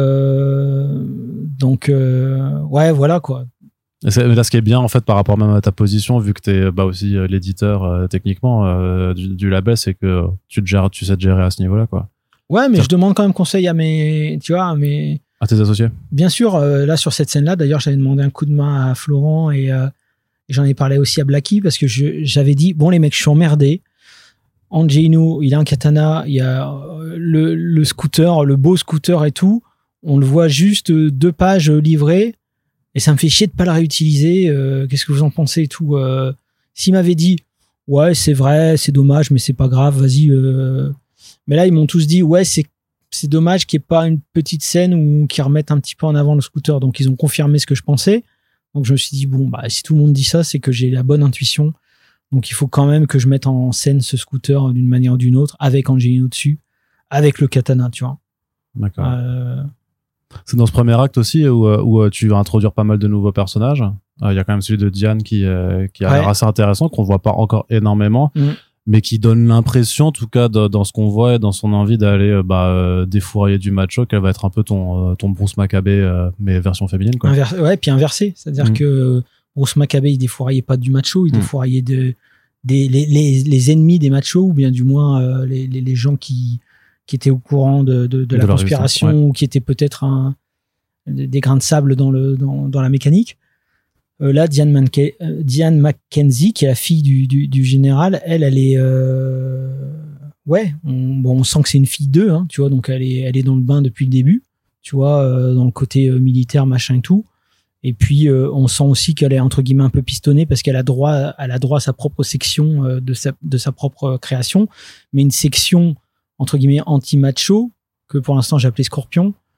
euh, donc, euh, ouais, voilà, quoi. Et c'est, mais là, ce qui est bien, en fait, par rapport même à ta position, vu que t'es, bah, aussi euh, l'éditeur, euh, techniquement, euh, du, du label, c'est que tu te gères, tu sais te gérer à ce niveau-là, quoi. Ouais, mais ça... je demande quand même conseil à mes, tu vois, à mes... À tes associés. Bien sûr, euh, là, sur cette scène-là, d'ailleurs, j'avais demandé un coup de main à Florent et, euh, et j'en ai parlé aussi à Blacky parce que je, j'avais dit, bon, les mecs, je suis emmerdé. Angelino, il a un katana, il y a le, le scooter, le beau scooter et tout. On le voit juste deux pages livrées et ça me fait chier de pas le réutiliser. Euh, qu'est-ce que vous en pensez et tout. Euh, s'il m'avait dit, ouais, c'est vrai, c'est dommage, mais c'est pas grave, vas-y. Euh... Mais là, ils m'ont tous dit, ouais, c'est, c'est dommage qu'il n'y ait pas une petite scène où qui remettent un petit peu en avant le scooter. Donc, ils ont confirmé ce que je pensais. Donc, je me suis dit, bon, bah, si tout le monde dit ça, c'est que j'ai la bonne intuition. Donc, il faut quand même que je mette en scène ce scooter d'une manière ou d'une autre, avec Angelino dessus, avec le katana, tu vois. D'accord. Euh... C'est dans ce premier acte aussi où, où tu vas introduire pas mal de nouveaux personnages. Il euh, y a quand même celui de Diane qui, euh, qui a ouais. l'air assez intéressant, qu'on voit pas encore énormément, mmh. mais qui donne l'impression, en tout cas, de, dans ce qu'on voit et dans son envie d'aller euh, bah, euh, défourailler du macho, qu'elle va être un peu ton, euh, ton Bruce Maccabée, euh, mais version féminine, quoi. Inver- ouais, puis inversé. C'est-à-dire mmh. que Bruce Maccabée, il défouraillait pas du macho, il mmh. défouraillait de, des, les, les, les ennemis des machos, ou bien du moins euh, les, les, les gens qui, qui étaient au courant de, de, de, de la conspiration, ouais. ou qui étaient peut-être un, des grains de sable dans, le, dans, dans la mécanique. Euh, là, Diane, Manke- euh, Diane McKenzie, qui est la fille du, du, du général, elle, elle est... Euh, ouais, on, bon, on sent que c'est une fille d'eux, hein, tu vois, donc elle est, elle est dans le bain depuis le début, tu vois, euh, dans le côté euh, militaire, machin et tout. Et puis, euh, on sent aussi qu'elle est, entre guillemets, un peu pistonnée parce qu'elle a droit, elle a droit à sa propre section euh, de, sa, de sa propre création, mais une section, entre guillemets, anti-macho, que pour l'instant j'ai appelé Scorpion.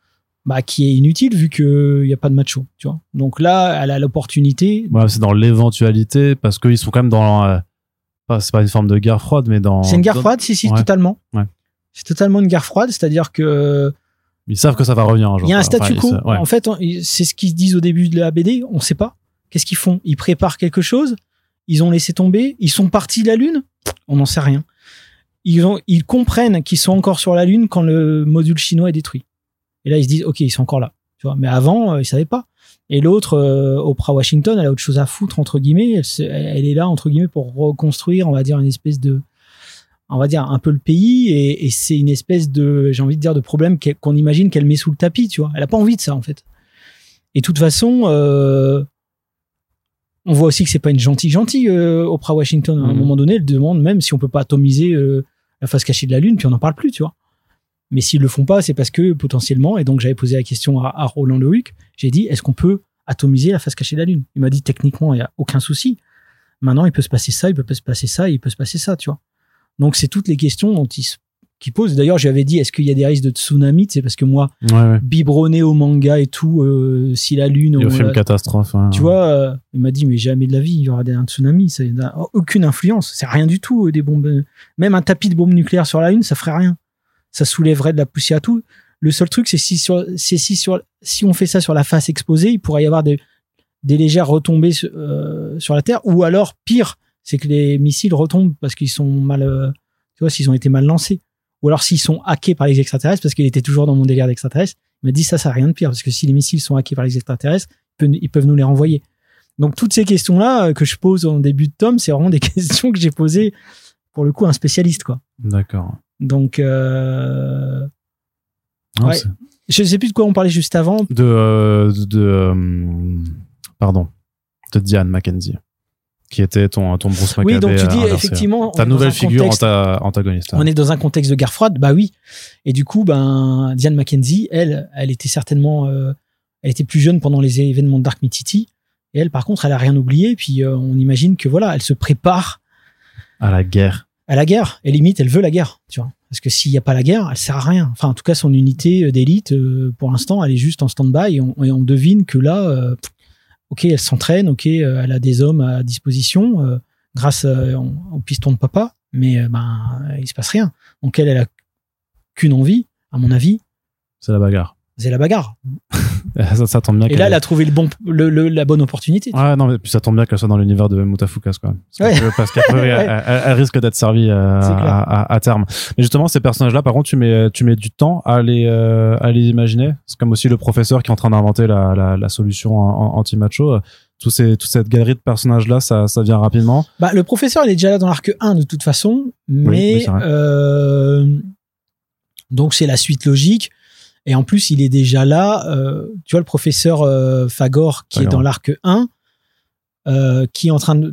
bah, qui est inutile vu qu'il n'y a pas de macho, tu vois. Donc là, elle a l'opportunité. Ouais, c'est dans l'éventualité, parce qu'ils sont quand même dans. Euh, pas, c'est pas une forme de guerre froide, mais dans. C'est une guerre dans... froide, si, si, ouais. totalement. Ouais. C'est totalement une guerre froide, c'est-à-dire que. Ils savent que ça va revenir un jour. Il y a un statu enfin, quo. ils, ouais. En fait, c'est ce qu'ils disent au début de la B D, on ne sait pas. Qu'est-ce qu'ils font? Ils préparent quelque chose, ils ont laissé tomber, ils sont partis de la Lune, on n'en sait rien. Ils, ont, ils comprennent qu'ils sont encore sur la Lune quand le module chinois est détruit. Et là, ils se disent, ok, ils sont encore là. Tu vois, mais avant, euh, ils savaient pas. Et l'autre, euh, Oprah Washington, elle a autre chose à foutre, entre guillemets. Elle, se, elle est là, entre guillemets, pour reconstruire, on va dire, une espèce de, on va dire, un peu le pays. Et, et c'est une espèce de, j'ai envie de dire, de problème qu'on imagine qu'elle met sous le tapis, tu vois. Elle a pas envie de ça, en fait. Et de toute façon, euh, on voit aussi que c'est pas une gentille gentille, euh, Oprah Washington. À un mmh. moment donné, elle demande même si on peut pas atomiser euh, la face cachée de la Lune, puis on n'en parle plus, tu vois. Mais s'ils le font pas, c'est parce que potentiellement, et donc j'avais posé la question à, à Roland Lehuc, j'ai dit, est-ce qu'on peut atomiser la face cachée de la Lune? Il m'a dit, techniquement, il y a aucun souci. Maintenant, il peut se passer ça, il peut se passer ça, il peut se passer ça, tu vois. Donc, c'est toutes les questions dont il se qui pose. D'ailleurs, j'avais dit, est-ce qu'il y a des risques de tsunami? C'est parce que moi, ouais, ouais. biberonné au manga et tout, euh, si la Lune... Il a fait une catastrophe. Ouais, tu ouais. vois, euh, il m'a dit, mais jamais de la vie, il y aura un tsunami. Ça n'a aucune influence. C'est rien du tout, des bombes. Même un tapis de bombes nucléaires sur la Lune, ça ferait rien. Ça soulèverait de la poussière à tout. Le seul truc, c'est si, sur, c'est si, sur, si on fait ça sur la face exposée, il pourrait y avoir des, des légères retombées euh, sur la Terre. Ou alors, pire, c'est que les missiles retombent parce qu'ils sont mal... Euh, tu vois, s'ils ont été mal lancés. Ou alors s'ils sont hackés par les extraterrestres, parce qu'il était toujours dans mon délire d'extraterrestres, il m'a dit ça, ça n'a rien de pire, parce que si les missiles sont hackés par les extraterrestres, ils peuvent nous les renvoyer. Donc toutes ces questions-là que je pose en début de tome, c'est vraiment des questions que j'ai posées, pour le coup, à un spécialiste, quoi. D'accord. Donc, euh... non, ouais. Je ne sais plus de quoi on parlait juste avant. De... Euh, de, de euh, pardon. De Diane Mackenzie. Qui était ton, ton Bruce Maccabée. Oui, donc tu dis, effectivement... Ta nouvelle figure contexte, anta- antagoniste. On est dans un contexte de guerre froide, bah oui. Et du coup, ben, Diane Mackenzie, elle, elle était certainement... Euh, elle était plus jeune pendant les événements de Dark Mid City. Et elle, par contre, elle a rien oublié. Puis euh, on imagine que, voilà, elle se prépare... À la guerre. À la guerre. Et limite, elle veut la guerre, tu vois. Parce que s'il n'y a pas la guerre, elle sert à rien. Enfin, en tout cas, son unité d'élite, euh, pour l'instant, elle est juste en stand-by. Et on, et on devine que là... Euh, ok, elle s'entraîne, ok, euh, elle a des hommes à disposition euh, grâce euh, au piston de papa, mais euh, ben il se passe rien. Donc elle, elle a qu'une envie, à mon avis. C'est la bagarre. C'est la bagarre. ça, ça tombe bien. Et là, elle a trouvé le bon, le, le, la bonne opportunité. Ouais, non, mais puis ça tombe bien qu'elle soit dans l'univers de Mutafukas, quoi. Parce, ouais. parce qu'après, ouais. elle, elle, elle risque d'être servie euh, à, à, à terme. Mais justement, ces personnages-là, par contre, tu mets, tu mets du temps à les, euh, à les imaginer. C'est comme aussi le professeur qui est en train d'inventer la, la, la solution anti-macho. Tous ces, toute cette galerie de personnages-là, ça, ça vient rapidement. Bah, le professeur, il est déjà là dans l'arc un, de toute façon. Mais, oui, oui, euh, donc c'est la suite logique. Et en plus, il est déjà là. Euh, tu vois, le professeur euh, Fagor, qui Fagor. est dans l'arc un, euh, qui est en train de,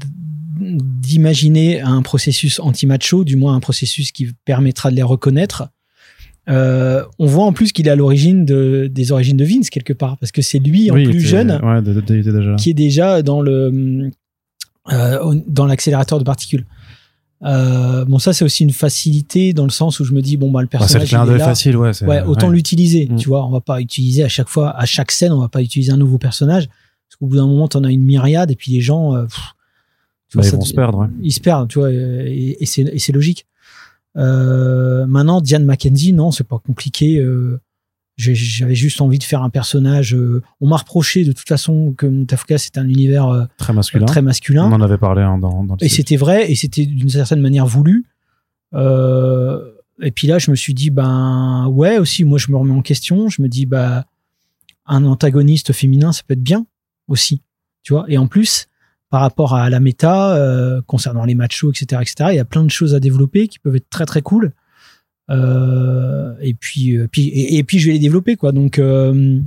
d'imaginer un processus anti-macho, du moins un processus qui permettra de les reconnaître. Euh, on voit en plus qu'il est à l'origine de, des origines de Vince, quelque part, parce que c'est lui, en oui, plus était, jeune, ouais, de, de, de, déjà qui est déjà dans, le, euh, dans l'accélérateur de particules. Euh, bon, ça c'est aussi une facilité dans le sens où je me dis bon bah le personnage bah, c'est le il est là, facile, ouais, c'est, ouais autant ouais. l'utiliser, mmh. tu vois, on va pas utiliser à chaque fois, à chaque scène on va pas utiliser un nouveau personnage parce qu'au bout d'un moment t'en as une myriade et puis les gens euh, pff, tu bah, vois, ils ça, vont se perdre, ouais. ils se perdent, tu vois, et, et c'est et c'est logique. Euh, maintenant Diane Mackenzie, non c'est pas compliqué. Euh, j'avais juste envie de faire un personnage. Euh, on m'a reproché de toute façon que Mutafuka c'est un univers euh, très masculin. Très masculin. On en avait parlé hein, dans, dans le et site. c'était vrai et c'était d'une certaine manière voulu. Euh, et puis là, je me suis dit ben ouais aussi. Moi, je me remets en question. Je me dis bah un antagoniste féminin, ça peut être bien aussi, tu vois. Et en plus, par rapport à la méta euh, concernant les machos, et cetera, et cetera, il y a plein de choses à développer qui peuvent être très très cool. Euh, et puis, euh, puis et, et puis je vais les développer quoi. Donc euh,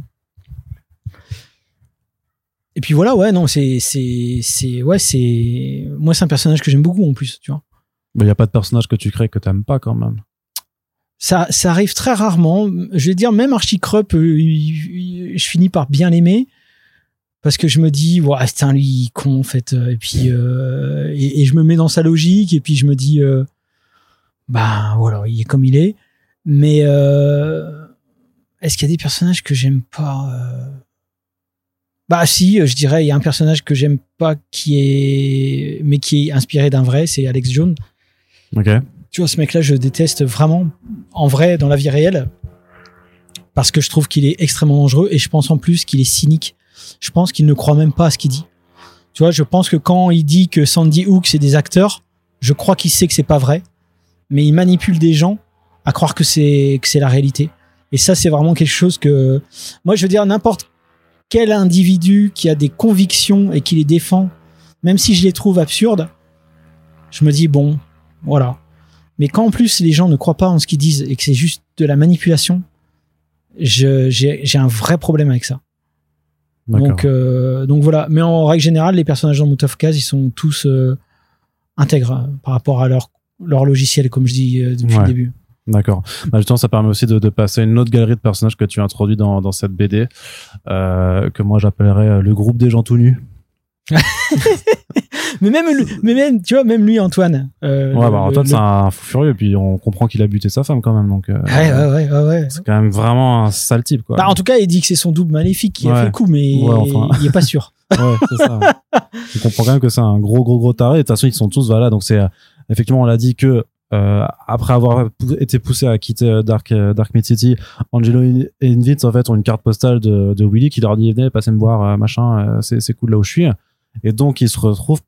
et puis voilà ouais non c'est c'est c'est ouais c'est moi c'est un personnage que j'aime beaucoup en plus tu vois. Mais il y a pas de personnage que tu crées que t'aimes pas quand même. Ça ça arrive très rarement. Je vais dire même Archie Krupp, euh, je finis par bien l'aimer parce que je me dis ouais c'est un lui con en fait et puis euh, et, et je me mets dans sa logique et puis je me dis euh, bah voilà, il est comme il est. Mais euh, est-ce qu'il y a des personnages que j'aime pas euh... Bah si, je dirais il y a un personnage que j'aime pas qui est mais qui est inspiré d'un vrai, c'est Alex Jones. Ok. Tu vois, ce mec-là, je déteste vraiment en vrai dans la vie réelle parce que je trouve qu'il est extrêmement dangereux et je pense en plus qu'il est cynique. Je pense qu'il ne croit même pas à ce qu'il dit. Tu vois, je pense que quand il dit que Sandy Hook c'est des acteurs, je crois qu'il sait que c'est pas vrai, mais il manipule des gens à croire que c'est que c'est la réalité. Et ça, c'est vraiment quelque chose que moi, je veux dire, n'importe quel individu qui a des convictions et qui les défend, même si je les trouve absurdes, je me dis bon, voilà. Mais quand en plus les gens ne croient pas en ce qu'ils disent et que c'est juste de la manipulation, je, j'ai, j'ai un vrai problème avec ça. D'accord. Donc, euh, donc voilà. Mais en règle générale, les personnages dans Mout of Kaz, ils sont tous euh, intègres euh, par rapport à leur, leur logiciel, comme je dis euh, depuis ouais. le début. D'accord. Bah, justement, ça permet aussi de, de passer à une autre galerie de personnages que tu as introduit dans, dans cette B D, euh, que moi j'appellerais le groupe des gens tout nus. mais même mais même tu vois même lui Antoine euh, ouais bah Antoine le, c'est un fou furieux, puis on comprend qu'il a buté sa femme quand même, donc euh, ouais, ouais ouais ouais ouais c'est quand même vraiment un sale type, quoi. Bah en tout cas il dit que c'est son double maléfique qui ouais. a fait le coup, mais ouais, enfin. il est pas sûr. Ouais, c'est ça. On comprend quand même que c'est un gros gros gros taré. De toute façon ils sont tous voilà, donc c'est euh, effectivement on l'a dit que euh, après avoir été poussé à quitter Dark euh, Dark Mid City, Angelo et Vince en fait ont une carte postale de, de Willy qui leur dit venez passez me voir, euh, machin, euh, c'est c'est cool là où je suis. Et donc ils se retrouvent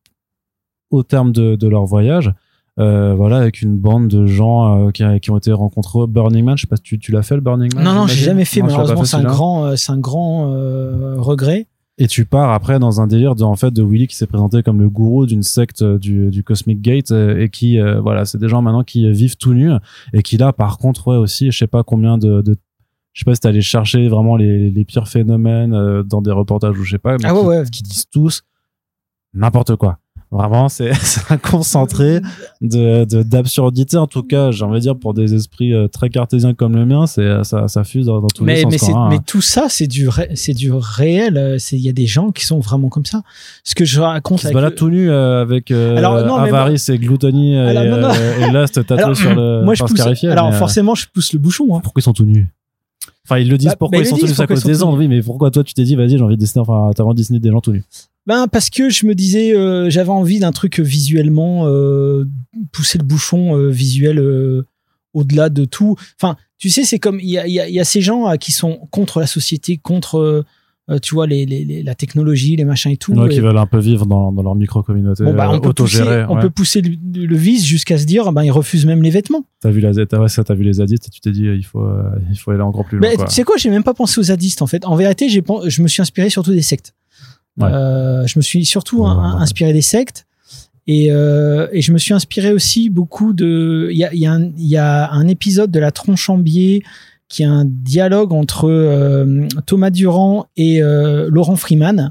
au terme de, de leur voyage, euh, voilà, avec une bande de gens euh, qui, qui ont été rencontrés au Burning Man. Je sais pas si tu, tu l'as fait le Burning Man. Non non, j'ai jamais fait. Non, malheureusement, fait, c'est un grand, euh, c'est un grand euh, regret. Et tu pars après dans un délire de, en fait, de Willy qui s'est présenté comme le gourou d'une secte du, du Cosmic Gate, euh, et qui, euh, voilà, c'est des gens maintenant qui vivent tout nus et qui là, par contre, ouais, aussi, je sais pas combien de, de je sais pas si t'es allé chercher vraiment les, les pires phénomènes euh, dans des reportages ou je sais pas, mais ah ouais, qui, ouais. qui disent tous n'importe quoi. Vraiment, c'est, c'est un concentré de, de, d'absurdité, en tout cas, j'ai envie de dire, pour des esprits euh, très cartésiens comme le mien, c'est, ça, ça fuse dans, dans tous mais, les sens. Mais, c'est, hein. mais tout ça, c'est du, ré, c'est du réel. C'est, il y a des gens qui sont vraiment comme ça. Ce que je raconte qui se baladent le... tout nu euh, avec euh, alors, non, avarice moi... et gloutonie alors, et, non, non. Euh, et lust tatoué alors, sur le moi, je pousse, alors, mais, forcément, je pousse le bouchon. Hein. Pourquoi ils sont tout nus? Enfin, ils le disent bah, pourquoi ils sont tous nus à cause des ondes, oui, mais pourquoi toi tu t'es dit, vas-y, j'ai envie de dessiner, enfin, t'as envie de dessiner des gens tout nus? Ben, parce que je me disais, euh, j'avais envie d'un truc visuellement, euh, pousser le bouchon euh, visuel euh, au-delà de tout. Enfin, tu sais, c'est comme, il y a, y, a, y a ces gens euh, qui sont contre la société, contre, euh, tu vois, les, les, les, la technologie, les machins et tout. Ouais, et... qui veulent un peu vivre dans, dans leur micro-communauté bon, bah, on peut autogérée. Pousser, on ouais. peut pousser le, le vice jusqu'à se dire, ben, ils refusent même les vêtements. T'as vu, la, t'as, ça, t'as vu les zadistes et tu t'es dit, il faut, euh, il faut aller encore plus loin. Mais, tu sais quoi, j'ai même pas pensé aux zadistes, en fait. En vérité, j'ai, je me suis inspiré surtout des sectes. Ouais. Euh, je me suis surtout ouais, un, ouais. inspiré des sectes et, euh, et je me suis inspiré aussi beaucoup de. Il y a, y, a un, y a un épisode de La Tronche en biais qui est un dialogue entre euh, Thomas Durand et euh, Laurent Freeman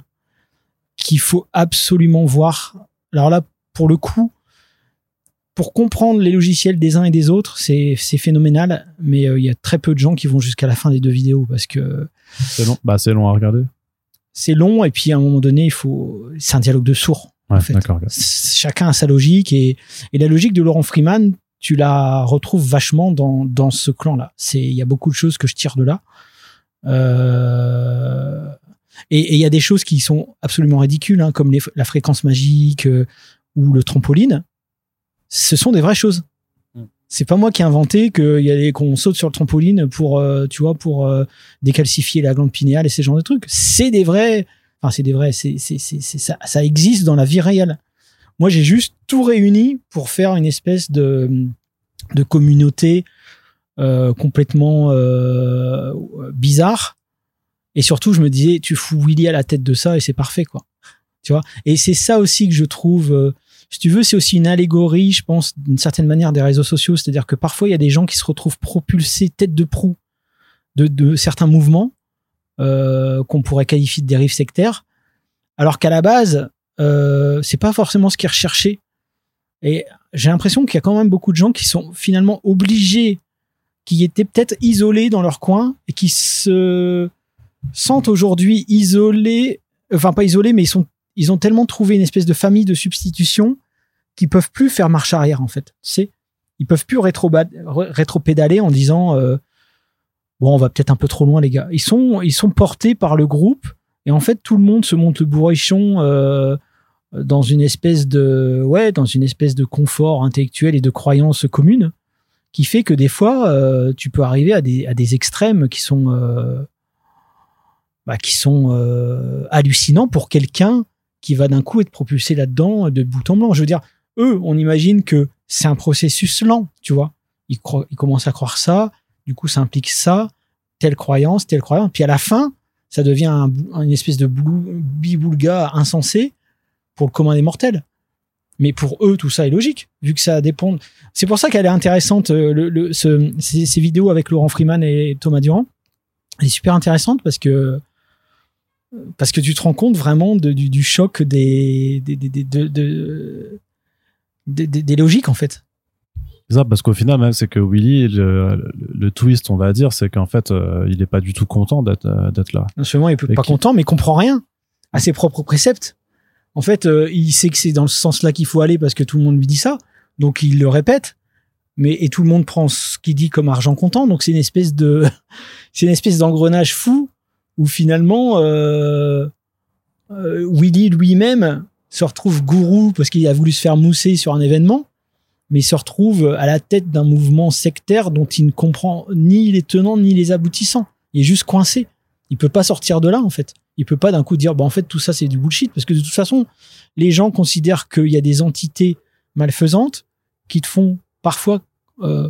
qu'il faut absolument voir. Alors là, pour le coup, pour comprendre les logiciels des uns et des autres, c'est, c'est phénoménal, mais il euh, y a très peu de gens qui vont jusqu'à la fin des deux vidéos parce que. C'est long, bah, c'est long à regarder. C'est long et puis à un moment donné il faut c'est un dialogue de sourds ouais, en fait. D'accord, chacun a sa logique et, et la logique de Laurent Freeman tu la retrouves vachement dans, dans ce clan là. C'est il y a beaucoup de choses que je tire de là euh, et il y a des choses qui sont absolument ridicules hein, comme les, la fréquence magique euh, ou le trampoline. Ce sont des vraies choses. C'est pas moi qui ai inventé que y a les, qu'on saute sur le trampoline pour, euh, tu vois, pour euh, décalcifier la glande pinéale et ces genres de trucs. C'est des vrais, enfin c'est des vrais, c'est, c'est, c'est, c'est ça, ça existe dans la vie réelle. Moi, j'ai juste tout réuni pour faire une espèce de de communauté euh, complètement euh, bizarre. Et surtout, je me disais, tu fous Willy à la tête de ça et c'est parfait, quoi. Tu vois. Et c'est ça aussi que je trouve. Euh, Si tu veux, c'est aussi une allégorie, je pense, d'une certaine manière des réseaux sociaux. C'est-à-dire que parfois, il y a des gens qui se retrouvent propulsés tête de proue de, de certains mouvements euh, qu'on pourrait qualifier de dérives sectaires, alors qu'à la base, euh, c'est pas forcément ce qu'ils recherchaient. Et j'ai l'impression qu'il y a quand même beaucoup de gens qui sont finalement obligés, qui étaient peut-être isolés dans leur coin et qui se sentent aujourd'hui isolés, enfin pas isolés, mais ils sont ils ont tellement trouvé une espèce de famille de substitution qu'ils peuvent plus faire marche arrière, en fait. Tu sais, ils peuvent plus rétro rétro-pédaler en disant, euh, bon, on va peut-être un peu trop loin, les gars. Ils sont, ils sont portés par le groupe et en fait, tout le monde se monte le bourrichon euh, dans une espèce de, ouais, dans une espèce de confort intellectuel et de croyance commune qui fait que des fois, euh, tu peux arriver à des, à des extrêmes qui sont, euh, bah, qui sont euh, hallucinants pour quelqu'un qui va d'un coup être propulsé là-dedans de bout en blanc. Je veux dire, eux, on imagine que c'est un processus lent, tu vois. Ils, cro- ils commencent à croire ça, du coup, ça implique ça, telle croyance, telle croyance. Puis à la fin, ça devient un, une espèce de biboulga insensé pour le commun des mortels. Mais pour eux, tout ça est logique, vu que ça dépend. C'est pour ça qu'elle est intéressante, le, le, ce, ces, ces vidéos avec Laurent Freeman et Thomas Durand. Elle est super intéressante parce que parce que tu te rends compte vraiment de, du, du choc des des, des, des, de, de, des, des, des logiques, en fait. C'est ça, parce qu'au final, même, c'est que Willy, le, le, le twist, on va dire, c'est qu'en fait, euh, il est pas du tout content d'être, euh, d'être là. Non seulement il peut Et pas qui... content, mais il comprend rien à ses propres préceptes. En fait, euh, il sait que c'est dans ce sens-là qu'il faut aller parce que tout le monde lui dit ça. Donc, il le répète. Mais, et tout le monde prend ce qu'il dit comme argent comptant. Donc, c'est une espèce de, c'est une espèce d'engrenage fou où finalement, euh, euh, Willy lui-même se retrouve gourou parce qu'il a voulu se faire mousser sur un événement, mais il se retrouve à la tête d'un mouvement sectaire dont il ne comprend ni les tenants ni les aboutissants. Il est juste coincé. Il peut pas sortir de là, en fait. Il peut pas d'un coup dire, bah, en fait, tout ça, c'est du bullshit. Parce que de toute façon, les gens considèrent qu'il y a des entités malfaisantes qui te font parfois euh,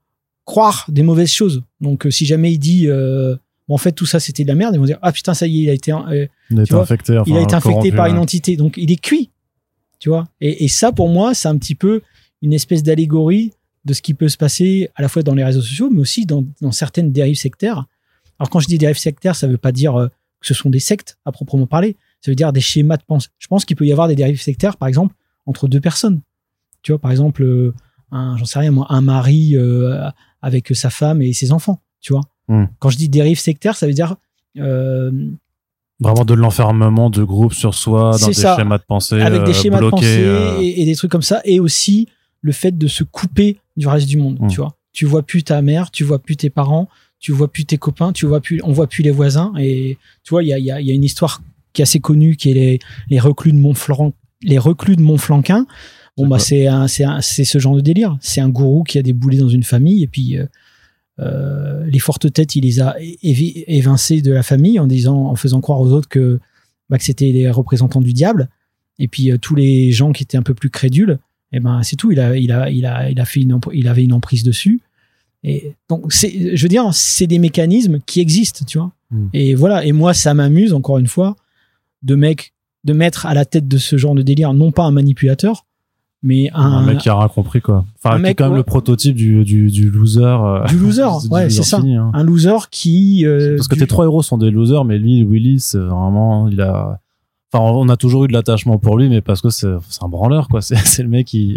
croire des mauvaises choses. Donc, euh, si jamais il dit, euh, bon, en fait, tout ça, c'était de la merde, ils vont dire, ah putain, ça y est, il a été, euh, il a été vois, infecté, enfin, il a été infecté corrompu, par ouais. une entité. Donc, il est cuit. Tu vois. Et, et ça, pour moi, c'est un petit peu une espèce d'allégorie de ce qui peut se passer à la fois dans les réseaux sociaux, mais aussi dans, dans certaines dérives sectaires. Alors, quand je dis dérives sectaires, ça veut pas dire euh, que ce sont des sectes à proprement parler. Ça veut dire des schémas de pensée. Je pense qu'il peut y avoir des dérives sectaires, par exemple, entre deux personnes. Tu vois, par exemple, euh, un, j'en sais rien, moi, un mari euh, avec sa femme et ses enfants. Tu vois. Mm. Quand je dis dérive sectaire, ça veut dire euh, vraiment de l'enfermement de groupe sur soi, dans des ça, schémas de pensée, avec des euh, schémas bloqués, de pensée euh... et, et des trucs comme ça, et aussi le fait de se couper du reste du monde. Mm. Tu vois. Tu vois plus ta mère, tu vois plus tes parents. Tu vois plus tes copains, tu vois plus, on voit plus les voisins. Et tu vois, il y a, y, a, y a une histoire qui est assez connue, qui est les, les reclus de Montflan, les reclus de Montflanquin. Bon, c'est bah, c'est un, c'est un, c'est ce genre de délire. C'est un gourou qui a déboulé dans une famille et puis, euh, euh, les fortes têtes, il les a évi- évincés de la famille en disant, en faisant croire aux autres que, bah, que c'était les représentants du diable. Et puis, euh, tous les gens qui étaient un peu plus crédules, et ben, c'est tout. Il a, il a, il a, il a fait une, il avait une emprise dessus. Et donc, c'est, je veux dire, c'est des mécanismes qui existent, tu vois. Mmh. Et voilà. Et moi, ça m'amuse, encore une fois, de mec, de mettre à la tête de ce genre de délire, non pas un manipulateur, mais un, un mec qui a rien compris, quoi. Enfin, qui mec, est quand même ouais. le prototype du, du, du loser. Euh, du loser, du ouais, loser c'est ça. fini, hein. Un loser qui, euh, parce que du... tes trois héros sont des losers, mais lui, Willy, c'est vraiment, il a, enfin, on a toujours eu de l'attachement pour lui, mais parce que c'est, c'est un branleur, quoi. C'est, c'est le mec qui,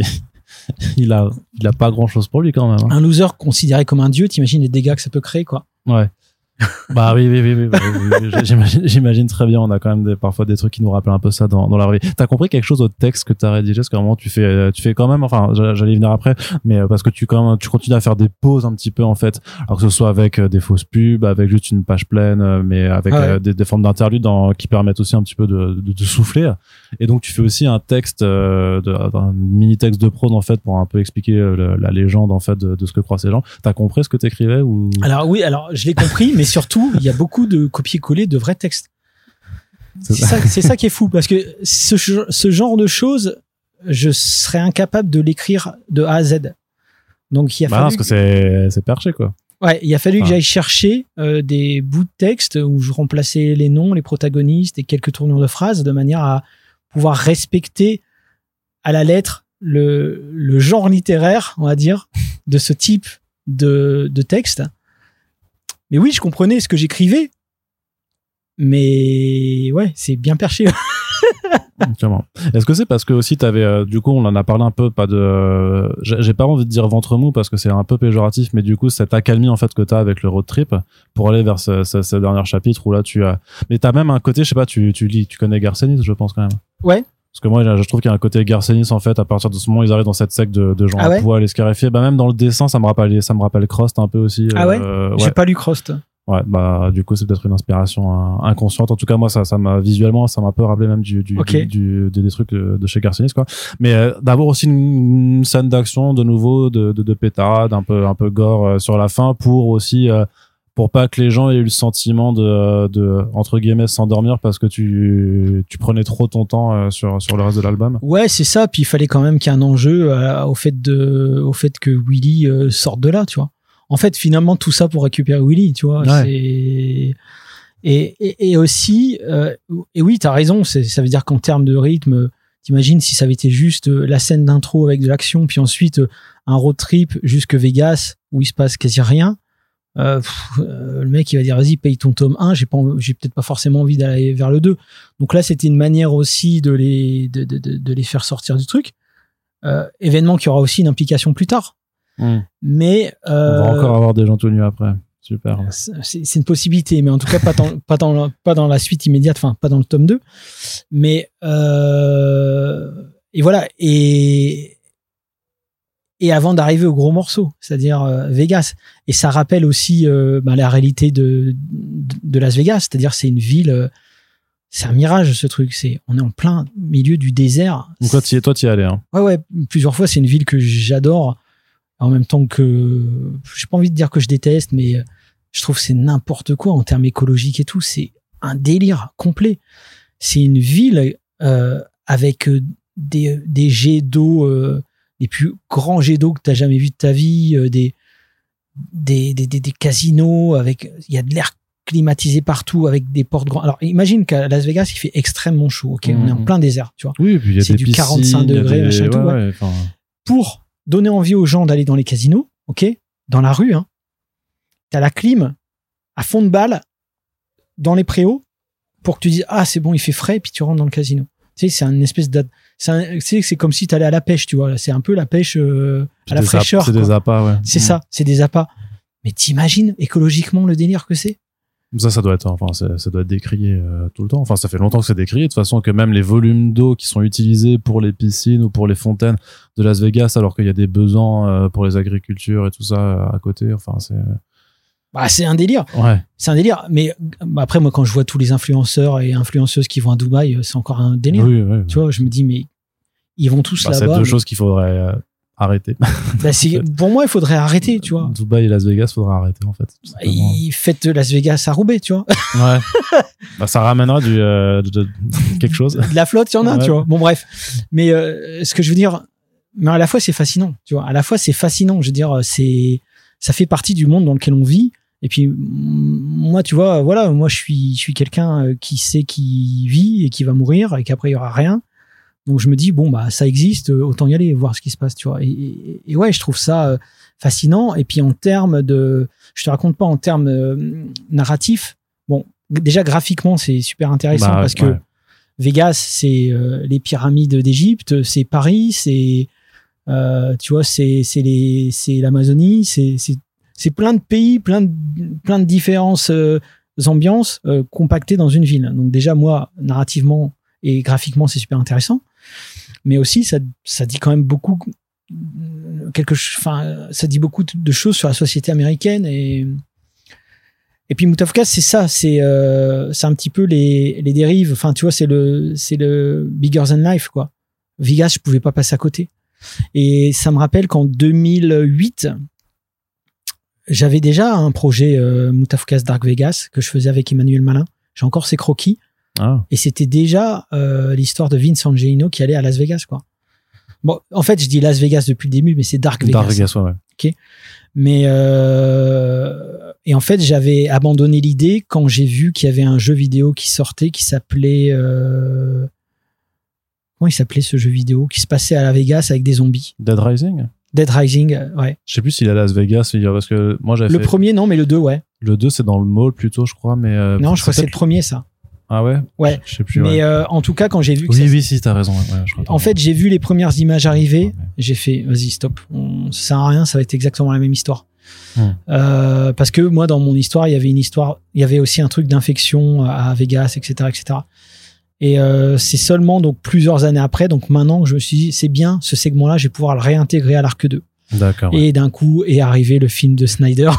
il a, il a pas grand chose pour lui quand même. Hein. Un loser considéré comme un dieu, t'imagines les dégâts que ça peut créer, quoi. Ouais. Bah oui, oui, oui, oui, oui, oui, oui. J'imagine, j'imagine très bien. On a quand même des, parfois des trucs qui nous rappellent un peu ça dans, dans la vraie vie. T'as compris quelque chose au texte que t'as rédigé? Parce qu'à un moment, tu fais, tu fais quand même, enfin, j'allais y venir après, mais parce que tu, quand même, tu continues à faire des pauses un petit peu, en fait. Alors que ce soit avec des fausses pubs, avec juste une page pleine, mais avec ah ouais. euh, des, des formes d'interludes dans, qui permettent aussi un petit peu de, de, de souffler. Et donc, tu fais aussi un texte, euh, de, un mini texte de prose, en fait, pour un peu expliquer le, la légende, en fait, de, de ce que croient ces gens. T'as compris ce que t'écrivais ou? Alors oui, alors, je l'ai compris, mais surtout, il y a beaucoup de copier-coller de vrais textes. C'est, c'est, ça, c'est ça qui est fou, parce que ce, ce genre de choses, je serais incapable de l'écrire de A à Z. Donc, il a bah fallu. Non, parce que c'est, c'est perché, quoi. Ouais, il a fallu ah. que j'aille chercher euh, des bouts de texte où je remplaçais les noms, les protagonistes et quelques tournures de phrases de manière à pouvoir respecter à la lettre le, le genre littéraire, on va dire, de ce type de, de texte. Mais oui, je comprenais ce que j'écrivais. Mais ouais, c'est bien perché. Clairement. Est-ce que c'est parce que aussi t'avais, euh, du coup, on en a parlé un peu, pas de, euh, j'ai, j'ai pas envie de dire ventre mou parce que c'est un peu péjoratif, mais du coup, cette accalmie, en fait, que t'as avec le road trip pour aller vers ce, ce, ce dernier chapitre où là, tu as, mais t'as même un côté, je sais pas, tu, tu lis, tu connais Garcenis, je pense, quand même. Ouais. Parce que moi, je trouve qu'il y a un côté Garcenis, en fait, à partir de ce moment où ils arrivent dans cette secte de, de gens ah à ouais poil, escarifiés. Bah, même dans le dessin, ça me rappelle, ça me rappelle Crost un peu aussi. Ah ouais, euh, ouais. J'ai pas lu Crost. Ouais, bah, du coup, c'est peut-être une inspiration hein, inconsciente. En tout cas, moi, ça, ça m'a, visuellement, ça m'a un peu rappelé même du, du, okay. du, du des trucs de, de chez Garcenis, quoi. Mais, euh, d'avoir aussi une, une scène d'action, de nouveau, de, de, de pétarade, un peu, un peu gore euh, sur la fin pour aussi, euh, pour pas que les gens aient eu le sentiment de, de entre guillemets s'endormir parce que tu tu prenais trop ton temps euh, sur sur le reste de l'album. Ouais, c'est ça. Puis il fallait quand même qu'il y ait un enjeu euh, au fait de au fait que Willy euh, sorte de là, tu vois. En fait, finalement, tout ça pour récupérer Willy, tu vois. Ouais. C'est et et, et aussi euh, et oui, t'as raison. C'est ça veut dire qu'en termes de rythme, t'imagines si ça avait été juste la scène d'intro avec de l'action, puis ensuite un road trip jusque Vegas où il se passe quasi rien. Euh, pff, euh, le mec il va dire vas-y paye ton tome un, j'ai pas j'ai peut-être pas forcément envie d'aller vers le deux. Donc là c'était une manière aussi de les de de de, de les faire sortir du truc. Euh, événement qui aura aussi une implication plus tard. Mmh. Mais euh, on va encore avoir des gens tout nus après. Super. C'est, c'est une possibilité, mais en tout cas pas dans pas dans la, pas dans la suite immédiate, enfin pas dans le tome deux. Mais euh, et voilà et et avant d'arriver au gros morceau, c'est-à-dire euh, Vegas. Et ça rappelle aussi euh, bah, la réalité de, de, de Las Vegas, c'est-à-dire c'est une ville, euh, c'est un mirage ce truc. C'est, on est en plein milieu du désert. Donc toi, tu y, toi, tu y es allé, hein. Ouais, ouais, plusieurs fois. C'est une ville que j'adore, en même temps que, j'ai pas envie de dire que je déteste, mais je trouve que c'est n'importe quoi en termes écologiques et tout. C'est un délire complet. C'est une ville euh, avec des, des jets d'eau. Euh, les plus grands jets d'eau que tu as jamais vu de ta vie, euh, des, des, des, des, des casinos, avec, il y a de l'air climatisé partout, avec des portes grandes. Alors, imagine qu'à Las Vegas, il fait extrêmement chaud, ok? Mmh. On est en plein désert, tu vois. Oui, puis il y a c'est des du piscines, quarante-cinq degrés, des... machin, ouais, tout. Ouais. Ouais, enfin... Pour donner envie aux gens d'aller dans les casinos, ok? Dans la rue, hein. T'as la clim à fond de balle dans les préaux pour que tu dises, ah, c'est bon, il fait frais, et puis tu rentres dans le casino. Tu sais, c'est une espèce de, c'est, un, c'est, c'est comme si tu allais à la pêche, tu vois. C'est un peu la pêche euh, à la fraîcheur. C'est des appâts, ouais. C'est mmh. ça, c'est des appâts. Mais t'imagines écologiquement le délire que c'est? Ça, ça doit être, enfin, ça, ça doit être décrié euh, tout le temps. Enfin, ça fait longtemps que c'est décrié. De toute façon, que même les volumes d'eau qui sont utilisés pour les piscines ou pour les fontaines de Las Vegas, alors qu'il y a des besoins euh, pour les agricultures et tout ça euh, à côté. Enfin, c'est. Bah, c'est un délire. Ouais. C'est un délire. Mais bah, après, moi, quand je vois tous les influenceurs et influenceuses qui vont à Dubaï, c'est encore un délire. Oui, oui, tu vois, je me dis, mais ils vont tous bah, là-bas. C'est deux mais... choses qu'il faudrait euh, arrêter. Bah, c'est... Pour moi, il faudrait arrêter, tu vois. Dubaï et Las Vegas, faudrait arrêter, en fait. Ils fêtent Las Vegas à Roubaix, tu vois. Ouais. Bah, ça ramènera du, euh, de, de, quelque chose. De la flotte, il y en a, ouais. tu vois. Bon, bref. Mais euh, ce que je veux dire, mais à la fois, c'est fascinant, tu vois. À la fois, c'est fascinant. Je veux dire, c'est, ça fait partie du monde dans lequel on vit. Et puis moi, tu vois, voilà, moi je suis, je suis quelqu'un qui sait qui vit et qui va mourir et qu'après il y aura rien. Donc je me dis bon bah ça existe, autant y aller voir ce qui se passe, tu vois. Et, et, et ouais, je trouve ça fascinant. Et puis en termes de, je te raconte pas en termes euh, narratifs. Bon, déjà graphiquement c'est super intéressant bah, parce ouais. que Vegas c'est euh, les pyramides d'Égypte, c'est Paris, c'est euh, tu vois, c'est c'est les, c'est l'Amazonie, c'est c'est C'est plein de pays, plein de, plein de différentes euh, ambiances euh, compactées dans une ville. Donc déjà, moi, narrativement et graphiquement, c'est super intéressant. Mais aussi, ça, ça dit quand même beaucoup, quelque, enfin, ça dit beaucoup de choses sur la société américaine. Et, et puis Moutafoukaz, c'est ça, c'est, euh, c'est un petit peu les, les dérives. Enfin, tu vois, c'est le, c'est le bigger than life, quoi. Vegas, je pouvais pas passer à côté. Et ça me rappelle qu'en deux mille huit, j'avais déjà un projet euh, Moutafoukaz Dark Vegas que je faisais avec Emmanuel Malin. J'ai encore ses croquis. Ah. Et c'était déjà euh, l'histoire de Vince Angelino qui allait à Las Vegas, quoi. Bon, en fait, je dis Las Vegas depuis le début, mais c'est Dark Vegas. Dark Vegas, ouais. Ok. Mais euh, et en fait, j'avais abandonné l'idée quand j'ai vu qu'il y avait un jeu vidéo qui sortait qui s'appelait euh... comment il s'appelait ce jeu vidéo qui se passait à Las Vegas avec des zombies. Dead Rising. Dead Rising, ouais. Je sais plus s'il est à Las Vegas, parce que moi j'avais Le fait... premier, non, mais le deux, ouais. Le deux, c'est dans le mall plutôt, je crois, mais... Euh, non, je crois que c'est le premier, ça. Ah ouais? Ouais. Je sais plus, mais ouais. euh, en tout cas, quand j'ai vu que Oui, ça... oui, si, t'as raison. Ouais, je crois en fait, j'ai vu les premières images arriver, ouais, mais... j'ai fait, vas-y, stop. On... Ça sert à rien, ça va être exactement la même histoire. Hum. Euh, parce que moi, dans mon histoire, il y avait une histoire, il y avait aussi un truc d'infection à Vegas, et cetera, et cetera. Et euh, c'est seulement donc plusieurs années après, donc maintenant que je me suis dit, c'est bien, ce segment-là, je vais pouvoir le réintégrer à l'arc deux. D'accord. Et ouais. d'un coup est arrivé le film de Snyder.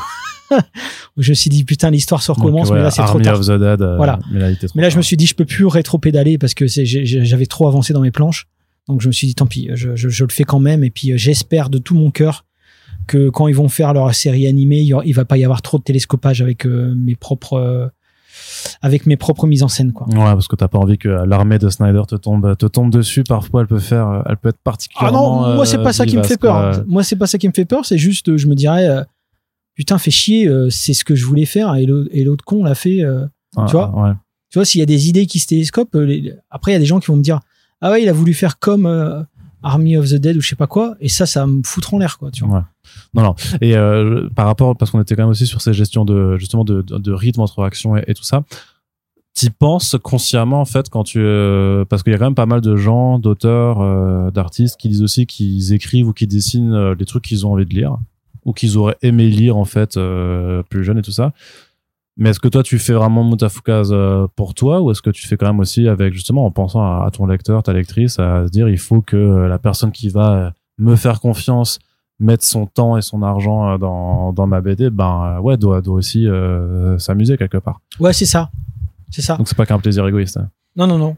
Où je me suis dit, putain, l'histoire se recommence, donc, ouais, mais là, c'est Army trop tard. of the Dead, euh, voilà. Mais là, il était trop mais là tard. je me suis dit, je peux plus rétro-pédaler parce que c'est, j'ai, j'avais trop avancé dans mes planches. Donc, je me suis dit, tant pis, je, je, je le fais quand même. Et puis, j'espère de tout mon cœur que quand ils vont faire leur série animée, il, y aura, il va pas y avoir trop de télescopage avec euh, mes propres, euh, avec mes propres mises en scène, quoi. Ouais, parce que t'as pas envie que l'armée de Snyder te tombe, te tombe dessus. Parfois, elle peut faire, elle peut être particulièrement. Ah non, moi, c'est pas euh, ça qui me fait peur. Quoi. Moi, c'est pas ça qui me fait peur. C'est juste, je me dirais, euh, putain, fais chier, euh, c'est ce que je voulais faire et, le, et l'autre con l'a fait. Euh, ah, tu vois, ouais. Tu vois, s'il y a des idées qui se télescopent, euh, les, après, il y a des gens qui vont me dire, ah ouais, il a voulu faire comme euh, Army of the Dead ou je sais pas quoi, et ça, ça me foutre en l'air, quoi, tu vois. Ouais. Non, non. Et euh, par rapport, parce qu'on était quand même aussi sur ces gestions de, justement, de, de, de rythme entre actions et, et tout ça, t'y penses consciemment, en fait, quand tu, euh, parce qu'il y a quand même pas mal de gens, d'auteurs, euh, d'artistes qui disent aussi qu'ils écrivent ou qu'ils dessinent euh, les trucs qu'ils ont envie de lire, ou qu'ils auraient aimé lire, en fait, euh, plus jeunes et tout ça. Mais est-ce que toi, tu fais vraiment Mutafukaz euh, pour toi, ou est-ce que tu fais quand même aussi avec, justement, en pensant à, à ton lecteur, ta lectrice, à se dire, il faut que euh, la personne qui va me faire confiance, mettre son temps et son argent euh, dans, dans ma B D, ben, euh, ouais, doit, doit aussi euh, s'amuser quelque part. Ouais, c'est ça. C'est ça. Donc, c'est pas qu'un plaisir égoïste. Hein. Non, non, non.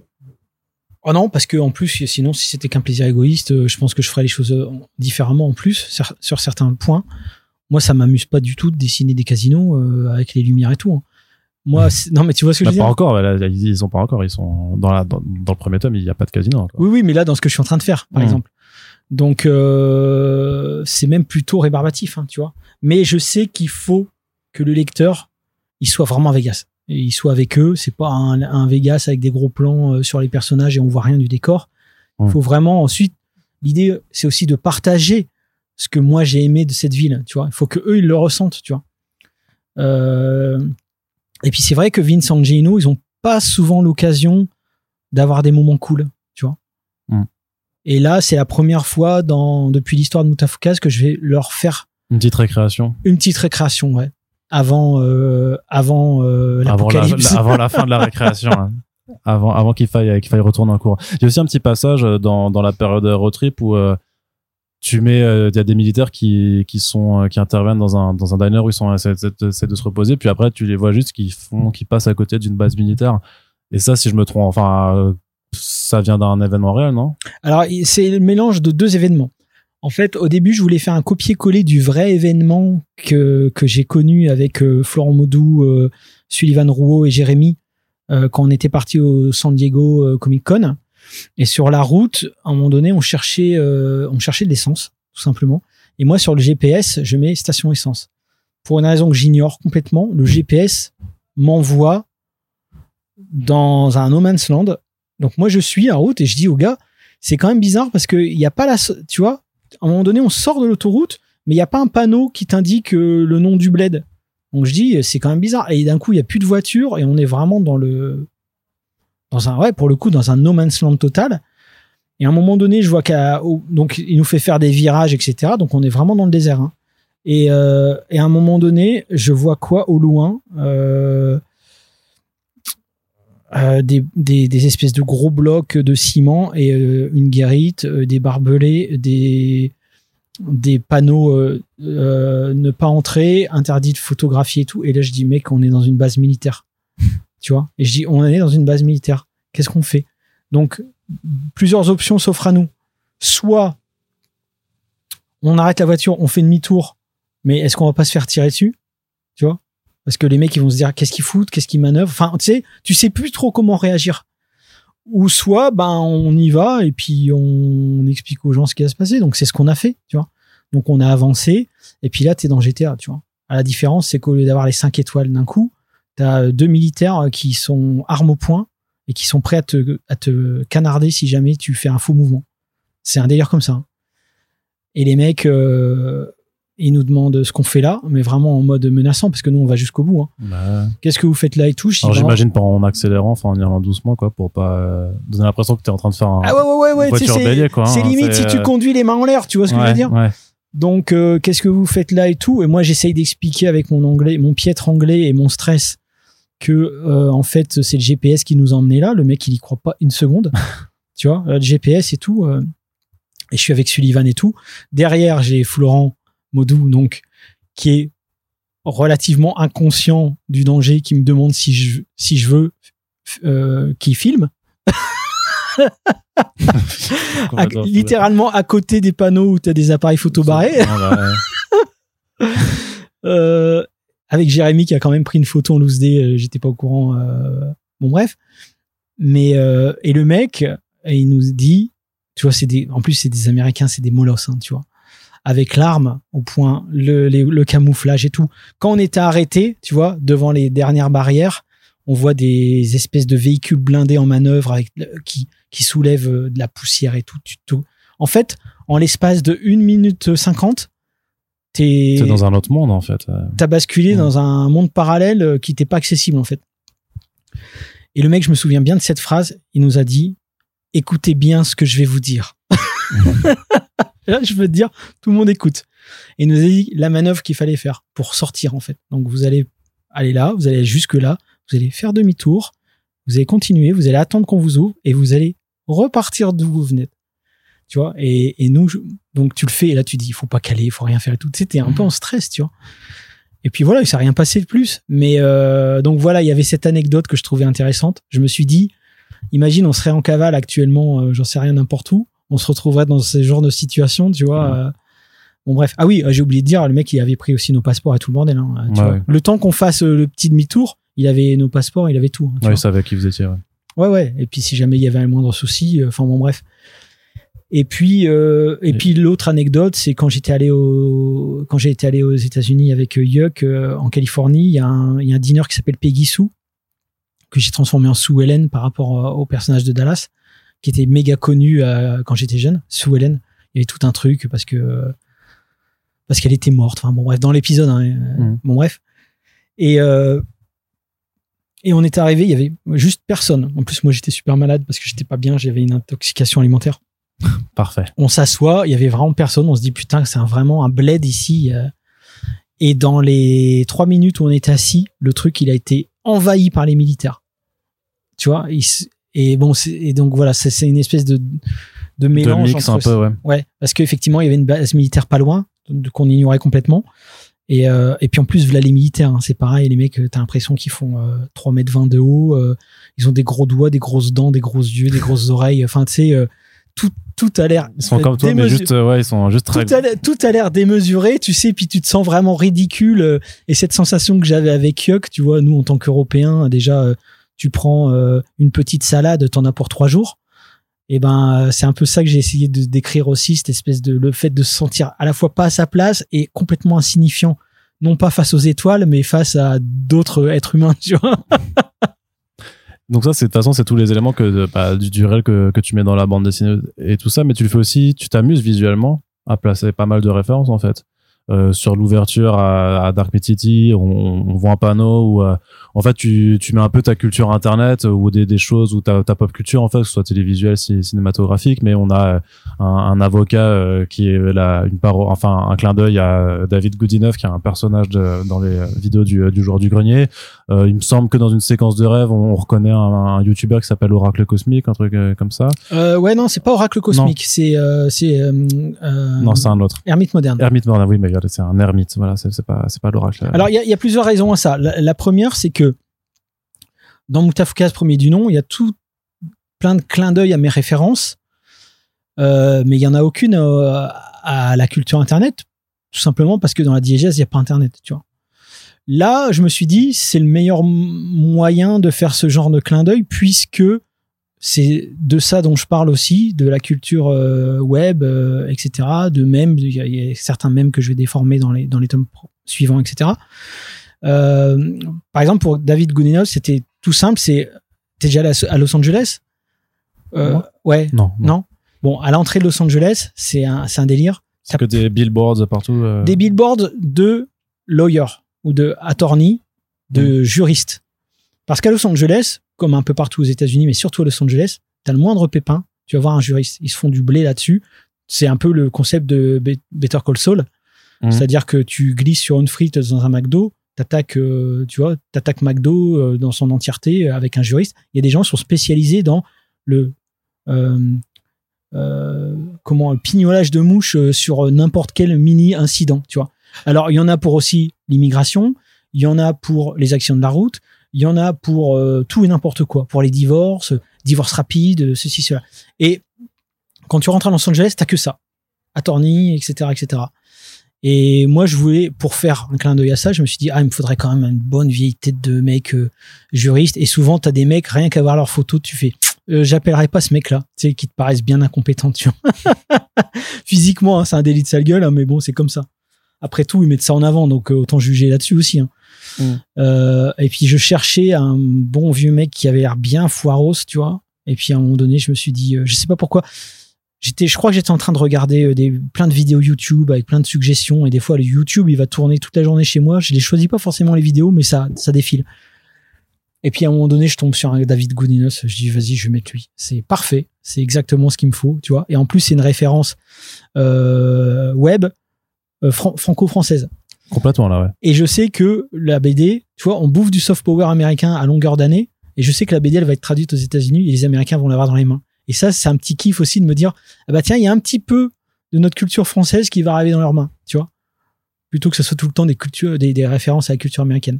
Oh non, parce que en plus, sinon, si c'était qu'un plaisir égoïste, je pense que je ferais les choses différemment en plus, sur, sur certains points. Moi, ça m'amuse pas du tout de dessiner des casinos euh, avec les lumières et tout. Hein. Moi, c'est... non, mais tu vois ce que bah, je veux pas dire. Encore, là, ils sont pas encore. Ils sont dans la dans, dans le premier tome, il y a pas de casino encore. Oui, oui, mais là, dans ce que je suis en train de faire, par mmh. exemple. Donc, euh, c'est même plutôt rébarbatif, hein, tu vois. Mais je sais qu'il faut que le lecteur, il soit vraiment à Vegas. Et il soit avec eux. C'est pas un, un Vegas avec des gros plans euh, sur les personnages et on voit rien du décor. Il mmh. faut vraiment ensuite. L'idée, c'est aussi de partager ce que moi j'ai aimé de cette ville, tu vois. Il faut que eux ils le ressentent, tu vois. Euh... Et puis c'est vrai que Vince et Gino, ils ont pas souvent l'occasion d'avoir des moments cool, tu vois. Mm. Et là, c'est la première fois dans depuis l'histoire de Mutafukaz que je vais leur faire une petite récréation. Une petite récréation, ouais. Avant, euh, avant euh, l'apocalypse. Avant la, avant la fin de la récréation. Hein. Avant, avant qu'il faille, qu'il faille retourner en cours. Il y a aussi un petit passage dans dans la période road trip où euh, tu mets, il euh, y a des militaires qui qui sont euh, qui interviennent dans un dans un diner où ils sont essaient de se reposer, puis après tu les vois juste qui font qui passent à côté d'une base militaire. Et ça, si je me trompe, enfin, euh, ça vient d'un événement réel, non? Alors c'est le mélange de deux événements. En fait, au début, je voulais faire un copier-coller du vrai événement que que j'ai connu avec euh, Florent Maudou, euh, Sullivan Rouault et Jérémy euh, quand on était parti au San Diego euh, Comic Con. Et sur la route, à un moment donné, on cherchait, euh, on cherchait de l'essence, tout simplement. Et moi, sur le G P S, je mets station essence. Pour une raison que j'ignore complètement, le G P S m'envoie dans un no man's land. Donc moi, je suis à la route et je dis au gars, c'est quand même bizarre parce que il y a pas la, tu vois, à un moment donné, on sort de l'autoroute, mais il y a pas un panneau qui t'indique euh, le nom du bled. Donc je dis, c'est quand même bizarre. Et d'un coup, il y a plus de voitures et on est vraiment dans le dans un ouais pour le coup dans un no man's land total. Et à un moment donné, je vois qu'à donc il nous fait faire des virages, et cetera. Donc on est vraiment dans le désert. Hein. Et euh, et à un moment donné, je vois quoi au loin euh, euh, des des des espèces de gros blocs de ciment et euh, une guérite, euh, des barbelés, des des panneaux euh, euh, ne pas entrer, interdit de photographier et tout. Et là, je dis mec, on est dans une base militaire. Tu vois, et je dis on est dans une base militaire, qu'est-ce qu'on fait? Donc plusieurs options s'offrent à nous, soit on arrête la voiture, on fait demi-tour, mais est-ce qu'on va pas se faire tirer dessus, tu vois, parce que les mecs ils vont se dire qu'est-ce qu'ils foutent, qu'est-ce qu'ils manœuvrent, enfin tu sais tu sais plus trop comment réagir, ou soit ben on y va et puis on explique aux gens ce qui va se passer. Donc c'est ce qu'on a fait, tu vois, donc on a avancé et puis là t'es dans G T A, tu vois. À la différence c'est qu'au lieu d'avoir les cinq étoiles d'un coup, t'as deux militaires qui sont armes au poing et qui sont prêts à te, à te canarder si jamais tu fais un faux mouvement. C'est un délire comme ça. Et les mecs, euh, ils nous demandent ce qu'on fait là, mais vraiment en mode menaçant, parce que nous, on va jusqu'au bout. Hein. Bah... Qu'est-ce que vous faites là et tout? Alors, j'imagine pas en accélérant, enfin en y allant doucement, quoi, pour pas euh, donner l'impression que t'es en train de faire un, ah ouais, ouais, ouais, une voiture c'est, bélier, quoi. C'est hein, limite c'est... si tu conduis les mains en l'air, tu vois ce que ouais, je veux dire? Ouais. Donc, euh, qu'est-ce que vous faites là et tout? Et moi, j'essaye d'expliquer avec mon anglais, mon piètre anglais et mon stress, que euh, en fait c'est le G P S qui nous a emmenés là. Le mec il y croit pas une seconde. Tu vois, le G P S et tout. Euh, et je suis avec Sullivan et tout. Derrière j'ai Florent Maudou donc qui est relativement inconscient du danger, qui me demande si je si je veux euh, qu'il filme. à, littéralement à côté des panneaux où t'as des appareils photo barrés. euh, avec Jérémy qui a quand même pris une photo en loose day, j'étais pas au courant. Euh, bon bref, mais euh, et le mec, et il nous dit, tu vois, c'est des, en plus c'est des Américains, c'est des molosses, hein, tu vois, avec l'arme au point, le, les, le camouflage et tout. Quand on était arrêté, tu vois, devant les dernières barrières, on voit des espèces de véhicules blindés en manœuvre avec qui qui soulèvent de la poussière et tout, tout. En fait, en l'espace de une minute cinquante, t'es c'est dans un autre monde en fait. T'as basculé mmh. dans un monde parallèle qui t'est pas accessible en fait. Et le mec, je me souviens bien de cette phrase. Il nous a dit écoutez bien ce que je vais vous dire. Là, je veux te dire, tout le monde écoute. Et il nous a dit la manœuvre qu'il fallait faire pour sortir, en fait. Donc, vous allez aller là, vous allez aller jusque là, vous allez faire demi-tour, vous allez continuer, vous allez attendre qu'on vous ouvre et vous allez repartir d'où vous venez. Tu vois, et, et nous, je, donc tu le fais et là, tu dis, il faut pas caler, il faut rien faire et tout. C'était un peu en stress, tu vois. Et puis voilà, il s'est rien passé de plus. Mais euh, donc voilà, il y avait cette anecdote que je trouvais intéressante. Je me suis dit, imagine, on serait en cavale actuellement, euh, j'en sais rien, n'importe où. On se retrouverait dans ce genre de situation, tu vois. Euh, bon, bref. Ah oui, j'ai oublié de dire, le mec, il avait pris aussi nos passeports et tout le bordel. Hein, tu ouais, vois. Ouais. Le temps qu'on fasse euh, le petit demi-tour, il avait nos passeports, il avait tout. Hein, ouais, il savait qui vous étiez. Ouais. ouais, ouais. Et puis, si jamais il y avait un moindre souci, enfin, euh, bon, bref. Et puis, euh, et, et puis l'autre anecdote, c'est quand j'étais allé au, quand j'ai été allé aux États-Unis avec euh, Yuck euh, en Californie, il y a un, il y a un dîner qui s'appelle Peggy Sue que j'ai transformé en Sue Ellen par rapport euh, au personnage de Dallas, qui était méga connu euh, quand j'étais jeune. Sue Ellen, il y avait tout un truc parce que euh, parce qu'elle était morte. Enfin bon bref, dans l'épisode. Hein, mmh. Bon bref. Et euh, et on est arrivé, il y avait juste personne. En plus, moi j'étais super malade parce que j'étais pas bien, j'avais une intoxication alimentaire. Parfait. On s'assoit, il y avait vraiment personne. On se dit putain, c'est un, vraiment un bled ici. Et dans les trois minutes où on était assis, le truc il a été envahi par les militaires. Tu vois. Il, et bon, c'est, et donc voilà, c'est, c'est une espèce de de mélange. De mix entre, un peu, ouais. Ouais, parce qu'effectivement il y avait une base militaire pas loin qu'on ignorait complètement. Et euh, et puis en plus voilà les militaires, hein, c'est pareil. Les mecs, t'as l'impression qu'ils font euh, trois mètres vingt de haut. Euh, ils ont des gros doigts, des grosses dents, des gros yeux, des grosses oreilles. Enfin tu sais. Euh, Tout, tout a l'air. Ils sont comme toi, mais juste, euh, ouais, ils sont juste très. Tout a, tout a l'air démesuré, tu sais, puis tu te sens vraiment ridicule. Euh, et cette sensation que j'avais avec Yuck, tu vois, nous, en tant qu'Européens, déjà, euh, tu prends euh, une petite salade, t'en as pour trois jours. Et ben, euh, c'est un peu ça que j'ai essayé de décrire aussi, cette espèce de, le fait de se sentir à la fois pas à sa place et complètement insignifiant. Non pas face aux étoiles, mais face à d'autres êtres humains, tu vois. Donc ça, c'est, de toute façon, c'est tous les éléments que, bah, du, du réel que, que tu mets dans la bande dessinée et tout ça, mais tu le fais aussi, tu t'amuses visuellement à placer pas mal de références, en fait. Euh, sur l'ouverture à, à Dark Mid City, on, on voit un panneau où, euh, en fait, tu, tu mets un peu ta culture internet ou des, des choses ou ta, ta pop culture, en fait, que ce soit télévisuel, cinématographique, mais on a un, un avocat euh, qui est là, une paro- enfin, un clin d'œil à David Goodenough, qui est un personnage de, dans les vidéos du, du joueur du grenier. Euh, il me semble que dans une séquence de rêve, on, on reconnaît un, un YouTuber qui s'appelle Oracle Cosmique, un truc euh, comme ça. Euh, ouais, non, c'est pas Oracle Cosmique, non. c'est, euh, c'est, euh, euh, non, c'est un autre. Ermite Moderne. Ermite Moderne, oui, mais c'est un ermite, voilà, c'est, c'est pas, c'est pas l'oracle. Alors, il y a, y a plusieurs raisons à ça. La, la première, c'est que dans Mutafukaz, premier du nom, il y a tout plein de clins d'œil à mes références, euh, mais il y en a aucune euh, à la culture internet, tout simplement parce que dans la diégèse, il y a pas internet, tu vois. Là, je me suis dit, c'est le meilleur moyen de faire ce genre de clin d'œil, puisque c'est de ça dont je parle aussi, de la culture euh, web, euh, et cetera. De mèmes, il y, y a certains mèmes que je vais déformer dans les dans les tomes suivants, et cetera. Euh, par exemple, pour David Goodenough, c'était tout simple. C'est t'es déjà allé à Los Angeles euh, Ouais. Non, non. Non. Bon, à l'entrée de Los Angeles, c'est un c'est un délire. C'est que des billboards partout. Euh... Des billboards de lawyers ou de attorneys, de mmh. juristes. Parce qu'à Los Angeles, comme un peu partout aux États-Unis, mais surtout à Los Angeles, t'as le moindre pépin, tu vas voir un juriste. Ils se font du blé là-dessus. C'est un peu le concept de Better Call Saul. Mmh. C'est-à-dire que tu glisses sur une frite dans un McDo, t'attaques, euh, tu vois, t'attaques McDo euh, dans son entièreté euh, avec un juriste. Il y a des gens qui sont spécialisés dans le euh, euh, comment le pignolage de mouches euh, sur euh, n'importe quel mini incident, tu vois. Alors il y en a pour aussi l'immigration, il y en a pour les accidents de la route, il y en a pour euh, tout et n'importe quoi, pour les divorces, divorces rapides, ceci cela. Et quand tu rentres à Los Angeles, t'as que ça, attorney, et cetera, et cetera. Et moi, je voulais, pour faire un clin d'œil à ça, je me suis dit, ah, il me faudrait quand même une bonne vieille tête de mec euh, juriste. Et souvent, t'as des mecs, rien qu'à voir leur photo, tu fais, euh, j'appellerai pas ce mec-là, tu sais, qui te paraissent bien incompétents, tu vois. Physiquement, hein, c'est un délit de sale gueule, hein, mais bon, c'est comme ça. Après tout, ils mettent ça en avant, donc euh, autant juger là-dessus aussi. Hein. Mm. Euh, et puis, je cherchais un bon vieux mec qui avait l'air bien foiros, tu vois. Et puis, à un moment donné, je me suis dit, euh, je sais pas pourquoi. J'étais, je crois que j'étais en train de regarder des, plein de vidéos YouTube avec plein de suggestions, et des fois le YouTube il va tourner toute la journée chez moi. Je les choisis pas forcément les vidéos, mais ça, ça défile. Et puis à un moment donné, je tombe sur un David Goodinos. Je dis vas-y, je vais mettre lui. C'est parfait, c'est exactement ce qu'il me faut, tu vois. Et en plus c'est une référence euh, web euh, fran- franco-française. Complètement là, ouais. Et je sais que la B D, tu vois, on bouffe du soft power américain à longueur d'année, et je sais que la B D elle va être traduite aux États-Unis et les Américains vont l'avoir dans les mains. Et ça, c'est un petit kiff aussi de me dire, ah bah tiens, il y a un petit peu de notre culture française qui va arriver dans leurs mains, tu vois, plutôt que ce soit tout le temps des cultures, des, des références à la culture américaine.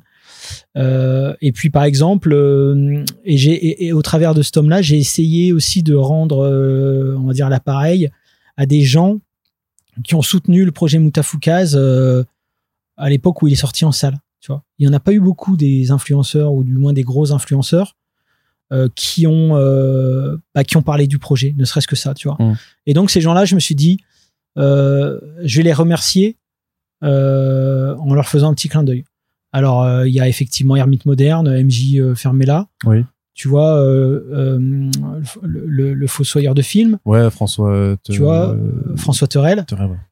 Euh, et puis par exemple, euh, et j'ai et, et au travers de ce tome-là, j'ai essayé aussi de rendre, euh, on va dire, l'appareil à des gens qui ont soutenu le projet Moutafoukaz euh, à l'époque où il est sorti en salle. Tu vois, il y en a pas eu beaucoup des influenceurs ou du moins des gros influenceurs. Euh, qui ont euh, bah, qui ont parlé du projet, ne serait-ce que ça, tu vois. Mmh. Et donc ces gens-là, je me suis dit, euh, je vais les remercier euh, en leur faisant un petit clin d'œil. Alors il euh, y a effectivement Hermite Moderne, M J euh, Fermella, oui. Tu vois, euh, euh, le, le, le fossoyeur de film. Ouais, François. Te... Tu vois, euh, François Terrel. Terrel ouais.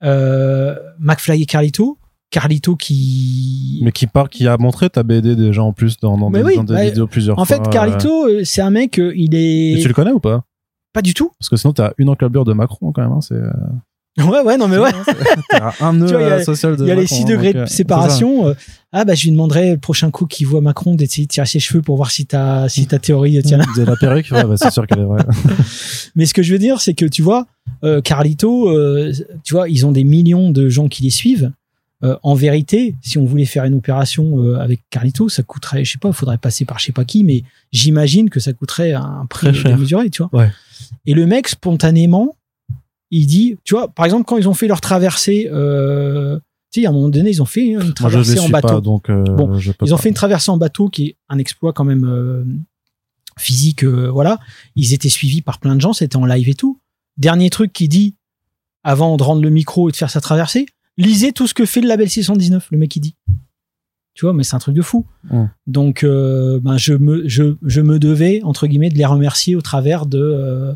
euh, McFly et Carlito. Carlito qui mais qui part qui a montré ta B D déjà en plus dans, dans des, oui, dans des bah, vidéos plusieurs en fois. En fait Carlito euh... c'est un mec euh, il est et tu le connais ou pas? Pas du tout, parce que sinon t'as une encablure de Macron quand même hein, c'est ouais ouais non mais ouais t'as un nœud vois, social de il y a Macron, les six degrés de séparation. Euh, ah bah je lui demanderai le prochain coup qu'il voit Macron d'essayer de tirer ses cheveux pour voir si ta si ta théorie tient là. La perruque ouais, bah, c'est sûr qu'elle est vraie. Mais ce que je veux dire c'est que tu vois euh, Carlito euh, tu vois ils ont des millions de gens qui les suivent. Euh, en vérité, si on voulait faire une opération euh, avec Carlito, ça coûterait, je sais pas, il faudrait passer par je sais pas qui, mais j'imagine que ça coûterait un prix démesuré, tu vois. Ouais. Et le mec, spontanément, il dit, tu vois, par exemple, quand ils ont fait leur traversée, euh, tu sais, à un moment donné, ils ont fait une traversée en bateau. Pas, donc, euh, bon, je peux ils ont pas. fait une traversée en bateau qui est un exploit quand même euh, physique, euh, voilà. Ils étaient suivis par plein de gens, c'était en live et tout. Dernier truc qu'il dit, avant de rendre le micro et de faire sa traversée, lisez tout ce que fait le label six cent dix-neuf, le mec il dit. Tu vois, mais c'est un truc de fou. Mmh. Donc, euh, ben je me, je, je me devais entre guillemets de les remercier au travers de, euh,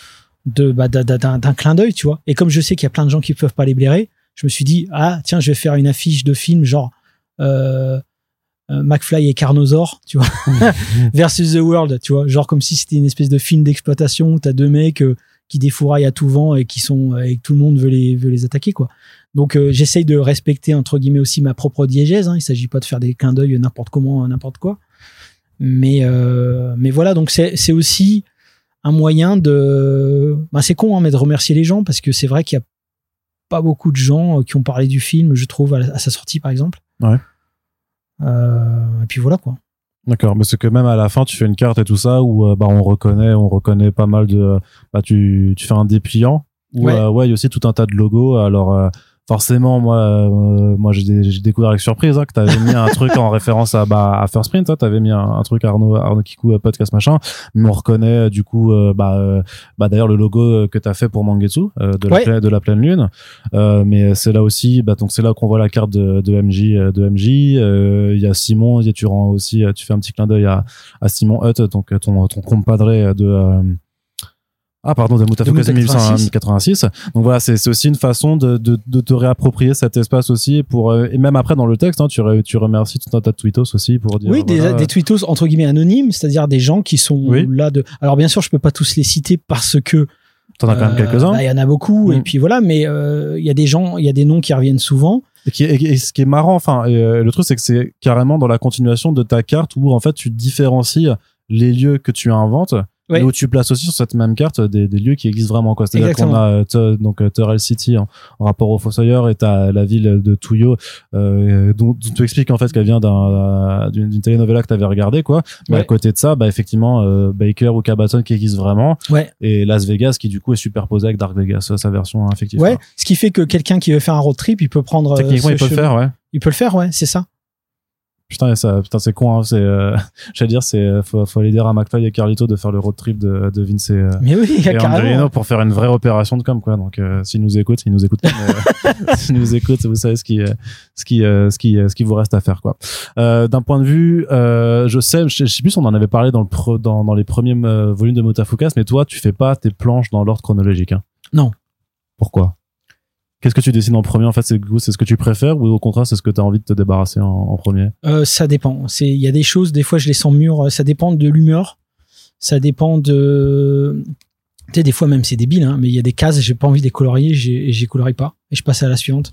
de, bah, d'un, d'un, d'un clin d'œil, tu vois. Et comme je sais qu'il y a plein de gens qui peuvent pas les blairer, je me suis dit ah tiens, je vais faire une affiche de film genre euh, euh, McFly et Carnosaur, tu vois, versus The World, tu vois, genre comme si c'était une espèce de film d'exploitation où t'as deux mecs euh, qui défouraillent à tout vent et qui sont et que tout le monde veut les veut les attaquer quoi. Donc euh, j'essaye de respecter entre guillemets aussi ma propre diégèse. Hein. Il s'agit pas de faire des clins d'œil n'importe comment, n'importe quoi. Mais euh, mais voilà, donc c'est c'est aussi un moyen de. Ben c'est con, hein, mais de remercier les gens parce que c'est vrai qu'il y a pas beaucoup de gens qui ont parlé du film, je trouve, à, à sa sortie par exemple. Ouais. Euh, et puis voilà quoi. D'accord, mais c'est que même à la fin tu fais une carte et tout ça où euh, bah on reconnaît, on reconnaît pas mal de. Bah tu tu fais un dépliant. Où, ouais. Euh, ouais, il y a aussi tout un tas de logos. Alors euh, forcément, moi, euh, moi j'ai, j'ai découvert avec surprise hein, que t'avais mis un truc en référence à bah à First Print. Hein, t'avais mis un, un truc Arnaud Arnaud Kikou podcast machin. Mais on reconnaît du coup euh, bah euh, bah d'ailleurs le logo que t'as fait pour Mangetsu euh, de ouais. la pla- de la pleine lune. Euh, mais c'est là aussi, bah donc c'est là qu'on voit la carte de, de M J de M J. Il euh, y a Simon, y a, tu rends aussi, tu fais un petit clin d'œil à à Simon Hutt, donc ton ton compadré de euh, Ah pardon, de Moutafoukaz mille huit cent quatre-vingt-six. Donc voilà, c'est, c'est aussi une façon de, de, de te réapproprier cet espace aussi pour euh, et même après dans le texte, hein, tu, re, tu remercies tout un tas de tweetos aussi pour dire. Oui, des, voilà. des tweetos entre guillemets anonymes, c'est-à-dire des gens qui sont oui. là de. Alors bien sûr, je peux pas tous les citer parce que T'en as quand même quelques-uns. Il bah, y en a beaucoup, mmh. et puis voilà, mais il euh, y a des gens, il y a des noms qui reviennent souvent. Et, qui, et, et ce qui est marrant, enfin, et, euh, le truc, c'est que c'est carrément dans la continuation de ta carte où, en fait, tu différencies les lieux que tu inventes. Oui. Et où tu places aussi sur cette même carte des, des lieux qui existent vraiment, quoi. C'est-à-dire qu'on a t- donc Turrell City en, en rapport au Fossoyeur, et t'as la ville de Tuyo, euh, dont, dont tu expliques en fait qu'elle vient d'un, d'une, d'une telenovela que t'avais regardé, quoi. Mais ouais. à côté de ça, bah effectivement, euh, Baker ou Cabaton qui existent vraiment, ouais. et Las Vegas qui du coup est superposé avec Dark Vegas, sa version effective. Ouais. Ce qui fait que quelqu'un qui veut faire un road trip, il peut prendre. Techniquement, il peut chemin. le faire, ouais. Il peut le faire, ouais, c'est ça. Putain, ça, putain, c'est con, hein. C'est, euh, j'allais dire, c'est, faut, faut aller dire à McFly et Carlito de faire le road trip de, de Vince et, euh, mais oui, et Angelino pour faire une vraie opération de com, quoi. Donc, euh, s'ils nous écoutent, s'ils nous écoutent pas, mais, euh, s'ils nous écoutent, vous savez ce qui, euh, ce qui, euh, ce qui, euh, ce qui vous reste à faire, quoi. Euh, d'un point de vue, euh, je sais, je sais, je sais plus si on en avait parlé dans le pre, dans, dans les premiers euh, volumes de Motafukas, mais toi, tu fais pas tes planches dans l'ordre chronologique, hein. Non. Pourquoi? Qu'est-ce que tu dessines en premier, en fait? C'est, c'est ce que tu préfères ou au contraire, c'est ce que tu as envie de te débarrasser en, en premier? euh, Ça dépend. C'est, il y a des choses, des fois, je les sens mûres. Ça dépend de l'humeur. Ça dépend de... Tu sais, des fois même, c'est débile, hein, mais il y a des cases, j'ai pas envie de les colorier, j'ai, et j'y colorie pas. Et je passe à la suivante.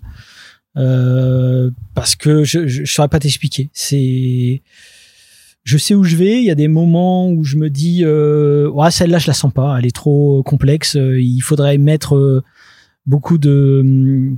Euh, parce que je, je, je saurais pas t'expliquer. C'est... Je sais où je vais. Il y a des moments où je me dis, euh, ouais, celle-là, je la sens pas. Elle est trop complexe. Il faudrait mettre... Euh, beaucoup de,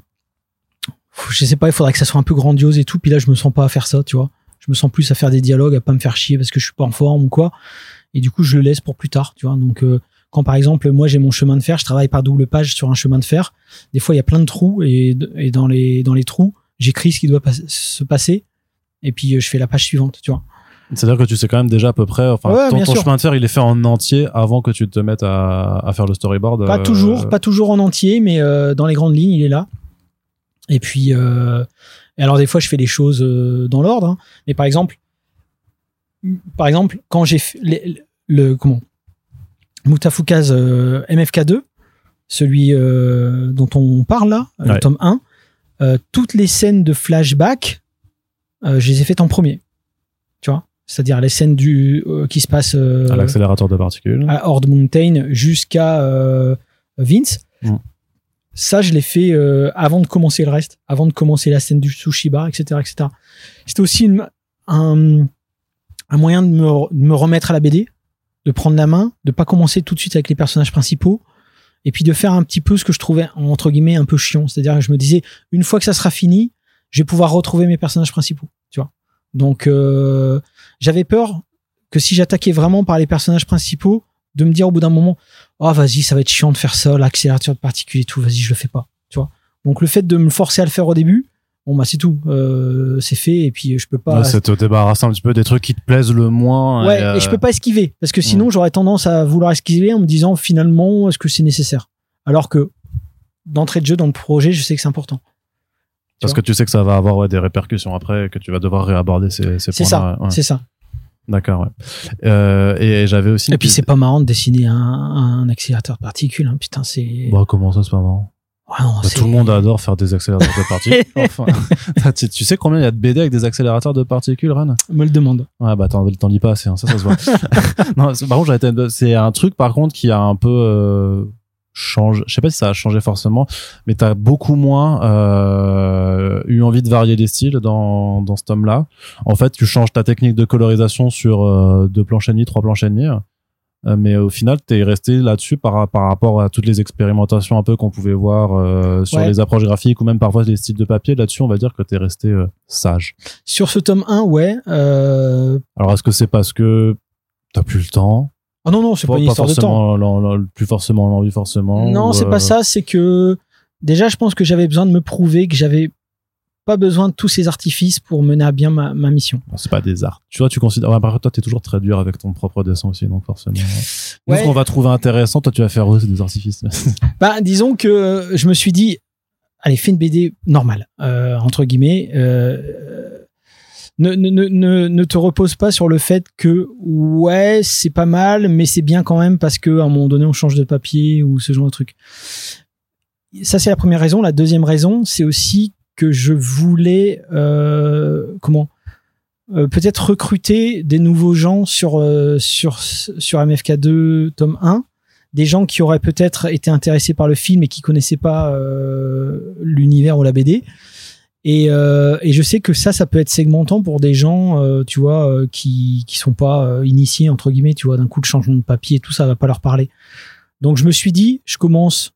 je sais pas, il faudrait que ça soit un peu grandiose et tout, puis là je me sens pas à faire ça, tu vois, je me sens plus à faire des dialogues, à pas me faire chier parce que je suis pas en forme ou quoi, et du coup je le laisse pour plus tard, tu vois. Donc euh, quand par exemple moi j'ai mon chemin de fer, je travaille par double page sur un chemin de fer, des fois il y a plein de trous, et, et dans les dans les trous j'écris ce qui doit pas, se passer, et puis je fais la page suivante, tu vois. C'est-à-dire que tu sais quand même déjà à peu près, enfin, ouais, ton, ton sûr. chemin de fer, il est fait en entier avant que tu te mettes à, à faire le storyboard. Pas euh... toujours, pas toujours en entier, mais euh, dans les grandes lignes, il est là. Et puis, euh, et alors des fois, je fais les choses euh, dans l'ordre. Hein. Mais par exemple, par exemple, quand j'ai fait le, le comment, Motafukas euh, M F K deux, celui euh, dont on parle là, ouais. le tome un, euh, toutes les scènes de flashback, euh, je les ai faites en premier. Tu vois? C'est-à-dire les scènes du, euh, qui se passent euh, à l'accélérateur de particules, à Horde Mountain jusqu'à euh, Vince. Mm. Ça, je l'ai fait euh, avant de commencer le reste, avant de commencer la scène du sushi bar, et cetera, et cetera. C'était aussi une, un, un moyen de me, de me remettre à la B D, de prendre la main, de pas commencer tout de suite avec les personnages principaux, et puis de faire un petit peu ce que je trouvais entre guillemets un peu chiant. C'est-à-dire que je me disais, une fois que ça sera fini, je vais pouvoir retrouver mes personnages principaux, tu vois. Donc, euh, j'avais peur que si j'attaquais vraiment par les personnages principaux, de me dire au bout d'un moment, oh, vas-y, ça va être chiant de faire ça, l'accélérateur de particules et tout, vas-y, je le fais pas, tu vois. Donc, le fait de me forcer à le faire au début, bon, bah, c'est tout, euh, c'est fait, et puis je peux pas. Ouais, c'est te débarrasser un petit peu des trucs qui te plaisent le moins. Ouais, et, euh... et je peux pas esquiver, parce que sinon, mmh. j'aurais tendance à vouloir esquiver en me disant, finalement, est-ce que c'est nécessaire? Alors que, d'entrée de jeu dans le projet, je sais que c'est important. Parce que tu sais que ça va avoir ouais, des répercussions après, que tu vas devoir réaborder ces, ces c'est points-là. Ça, ouais. C'est ça. D'accord, ouais. Euh, et j'avais aussi... Et puis c'est pas marrant de dessiner un, un accélérateur de particules, hein. Putain, c'est... Bah, comment ça, c'est pas marrant? Ouais, non, bah, tout le monde adore faire des accélérateurs de particules. Enfin, tu, tu sais combien il y a de B D avec des accélérateurs de particules, Ren? Me le demande. Ouais, bah t'en, t'en lis pas assez, hein. ça, ça se voit. Non, par contre, j'avais été... c'est un truc, par contre, qui a un peu... Euh... change, je sais pas si ça a changé forcément, mais t'as beaucoup moins euh, eu envie de varier les styles dans dans ce tome-là. En fait, tu changes ta technique de colorisation sur euh, deux planches et demie, trois planches et demie, euh, mais au final, t'es resté là-dessus par par rapport à toutes les expérimentations un peu qu'on pouvait voir euh, sur ouais. les approches graphiques ou même parfois les styles de papier. Là-dessus, on va dire que t'es resté euh, sage. Sur ce tome un, ouais. Euh... Alors, est-ce que c'est parce que t'as plus le temps? Ah non, non, c'est pas, pas une histoire de temps. L'en, l'en, plus forcément l'envie, forcément. Non, ou c'est euh... pas ça. C'est que déjà, je pense que j'avais besoin de me prouver que j'avais pas besoin de tous ces artifices pour mener à bien ma, ma mission. Non, c'est pas des arts. Tu vois, tu considères. Ouais, par contre, toi, t'es toujours très dur avec ton propre dessin aussi, donc forcément. Ouais. Nous, ce qu'on va trouver intéressant, toi, tu vas faire eux, c'est des artifices. Bah, disons que je me suis dit, allez, fais une B D normale, euh, entre guillemets. Euh, Ne, ne, ne, ne te repose pas sur le fait que ouais c'est pas mal mais c'est bien quand même parce que à un moment donné on change de papier ou ce genre de truc. Ça c'est la première raison. La deuxième raison c'est aussi que je voulais euh, comment euh, peut-être recruter des nouveaux gens sur euh, sur sur M F K deux tome un, des gens qui auraient peut-être été intéressés par le film et qui connaissaient pas euh, l'univers ou la B D. Et, euh, et je sais que ça, ça peut être segmentant pour des gens, euh, tu vois, euh, qui qui sont pas euh, initiés entre guillemets, tu vois, d'un coup de changement de papier et tout ça va pas leur parler. Donc je me suis dit, je commence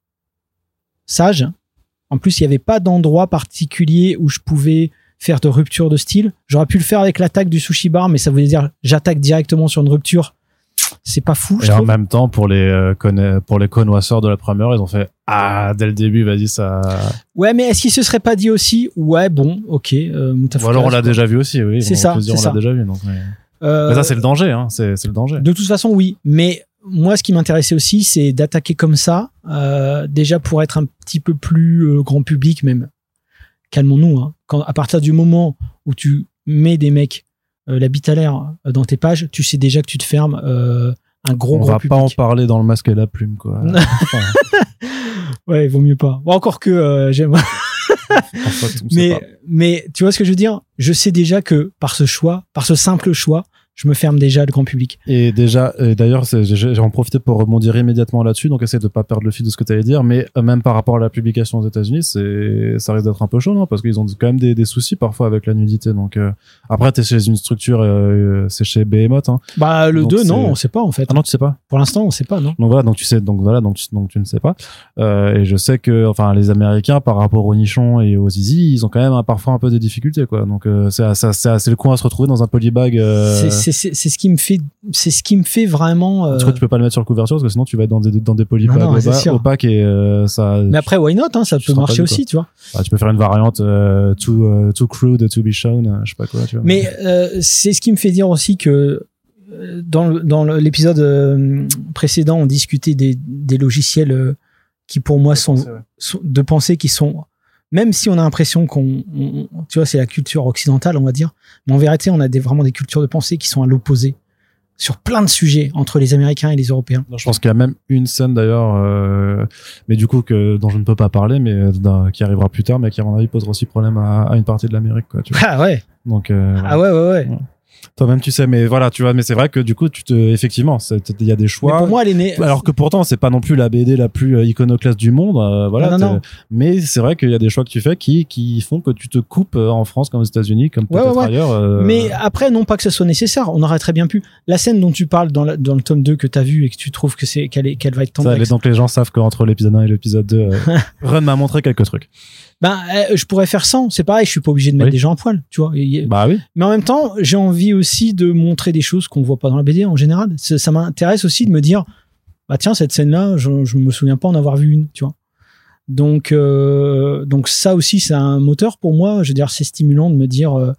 sage. En plus, il y avait pas d'endroit particulier où je pouvais faire de rupture de style. J'aurais pu le faire avec l'attaque du sushi bar, mais ça voulait dire j'attaque directement sur une rupture. C'est pas fou. Et je en trouve. même temps, pour les euh, conna- pour les connoisseurs de la première, ils ont fait ah dès le début, vas-y ça. Ouais, mais est-ce qu'il se serait pas dit aussi ouais bon, ok. Euh, Ou alors on l'a déjà vu aussi, oui. C'est on ça, peut se dire, c'est on ça. l'a déjà vu. Donc, mais... Euh, mais ça c'est le danger, hein. C'est c'est le danger. De toute façon, oui. Mais moi, ce qui m'intéressait aussi, c'est d'attaquer comme ça, euh, déjà pour être un petit peu plus euh, grand public même. Calmons-nous. Hein. Quand à partir du moment où tu mets des mecs euh, la bite à l'air euh, dans tes pages, tu sais déjà que tu te fermes euh, un gros on grand va public. pas en parler dans le masque et la plume, quoi. Enfin, Ouais, il vaut mieux pas. Bon, encore que euh, j'aime. en fait, on sait mais pas. mais tu vois ce que je veux dire? Je sais déjà que par ce choix, par ce simple choix, je me ferme déjà le grand public. Et déjà, et d'ailleurs, c'est- j'ai j'ai en profité pour rebondir immédiatement là-dessus, donc essayer de pas perdre le fil de ce que tu allais dire, mais euh, même par rapport à la publication aux États-Unis, c'est, ça risque d'être un peu chaud, non? Parce qu'ils ont quand même des, des soucis parfois avec la nudité. Donc euh, après, t'es chez une structure, euh, c'est chez Behemoth. Hein. Bah le Donc, deux, c'est- non, on sait pas en fait. Ah non, tu sais pas. Pour l'instant, on sait pas, non. Donc voilà, donc tu sais, donc voilà, donc tu, donc tu ne sais pas. Euh, et je sais que, enfin, les Américains par rapport aux nichons et aux zizi, ils ont quand même un- parfois un peu des difficultés, quoi. Donc euh, c'est, c'est, c'est, c'est le con à se retrouver dans un polybag. Euh, C'est c'est c'est c'est ce qui me fait c'est ce qui me fait vraiment. euh, Parce que tu peux pas le mettre sur la couverture parce que sinon tu vas être dans des dans des polybags Non, non, c'est opa- sûr. opaques et euh, ça. Mais après, why not, hein, ça tu peut seras pas marcher vu, quoi. aussi, tu vois. Ah, tu peux faire une variante euh, too euh, too crude to be shown, euh, je sais pas quoi, tu vois. Mais euh, c'est ce qui me fait dire aussi que euh, dans le- dans le- l'épisode euh, précédent, on discutait des des logiciels euh, qui pour moi sont, C'est vrai. sont de pensée qui sont, même si on a l'impression qu'on on- tu vois, c'est la culture occidentale, on va dire, mais en vérité, on a des vraiment des cultures de pensée qui sont à l'opposé sur plein de sujets entre les Américains et les Européens. Non, je pense qu'il y a même une scène d'ailleurs, euh, mais du coup que dont je ne peux pas parler, mais euh, d'un- qui arrivera plus tard, mais qui à mon avis posera aussi problème à, à une partie de l'Amérique, quoi. Tu vois. Ah ouais. Donc euh, voilà. Ah ouais ouais ouais. Toi-même tu sais, mais voilà, tu vois, mais c'est vrai que du coup tu te, effectivement, c'est- il y a des Mais choix. pour moi, elle est née. Alors que pourtant c'est pas non plus la B D la plus euh, iconoclaste du monde, euh, voilà. Non, non, t'es- non. Mais c'est vrai qu'il y a des choix que tu fais qui qui font que tu te coupes euh, en France comme aux États-Unis, comme Ouais, peut-être ouais, ouais. ailleurs. euh, Mais après, non pas que ce soit nécessaire, on aurait très bien pu. La scène dont tu parles dans, la- dans le tome deux que tu as vu et que tu trouves que c'est qu'elle est qu'elle va être ça, tendance. donc les gens savent qu'entre l'épisode un et l'épisode deux, euh, Run m'a montré quelques trucs. Ben, euh, je pourrais faire sans. C'est pareil, je suis pas obligé de mettre Oui. des gens à poil, tu vois. Et- Bah oui. Mais en même temps, j'ai envie aussi de montrer des choses qu'on voit pas dans la B D en général. Ça, ça m'intéresse aussi de me dire, bah tiens, cette scène-là, je, je me souviens pas en avoir vu une, tu vois. Donc, euh, donc ça aussi, c'est un moteur pour moi. Je veux dire, c'est stimulant de me dire, euh,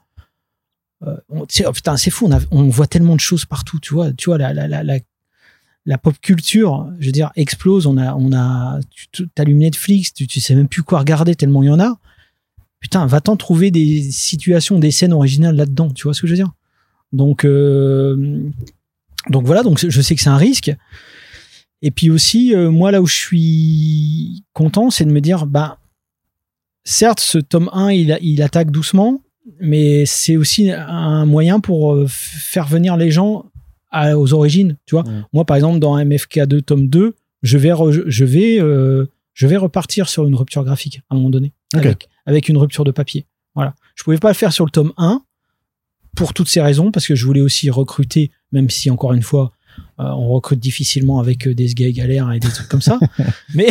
euh, on- tu sais, oh, putain, c'est fou, on, a, on voit tellement de choses partout, tu vois. Tu vois, la, la, la, la, la pop culture, je veux dire, explose. On a, on a, tu t'allumes Netflix, tu, tu sais même plus quoi regarder tellement il y en a. Putain, va-t'en trouver des situations, des scènes originales là-dedans. Tu vois ce que je veux dire? Donc, euh, donc voilà. Donc je sais que c'est un risque. Et puis aussi, euh, moi là où je suis content, c'est de me dire, bah, certes, ce tome un, il, il attaque doucement, mais c'est aussi un moyen pour euh, faire venir les gens à- aux origines. Tu vois, Ouais. moi par exemple dans M F K deux tome deux, je vais re- je vais euh, je vais repartir sur une rupture graphique à un moment donné, Ok. avec avec une rupture de papier. Voilà, je pouvais pas le faire sur le tome un pour toutes ces raisons, parce que je voulais aussi recruter, même si encore une fois euh, on recrute difficilement avec euh, des gays galères et des trucs comme ça, mais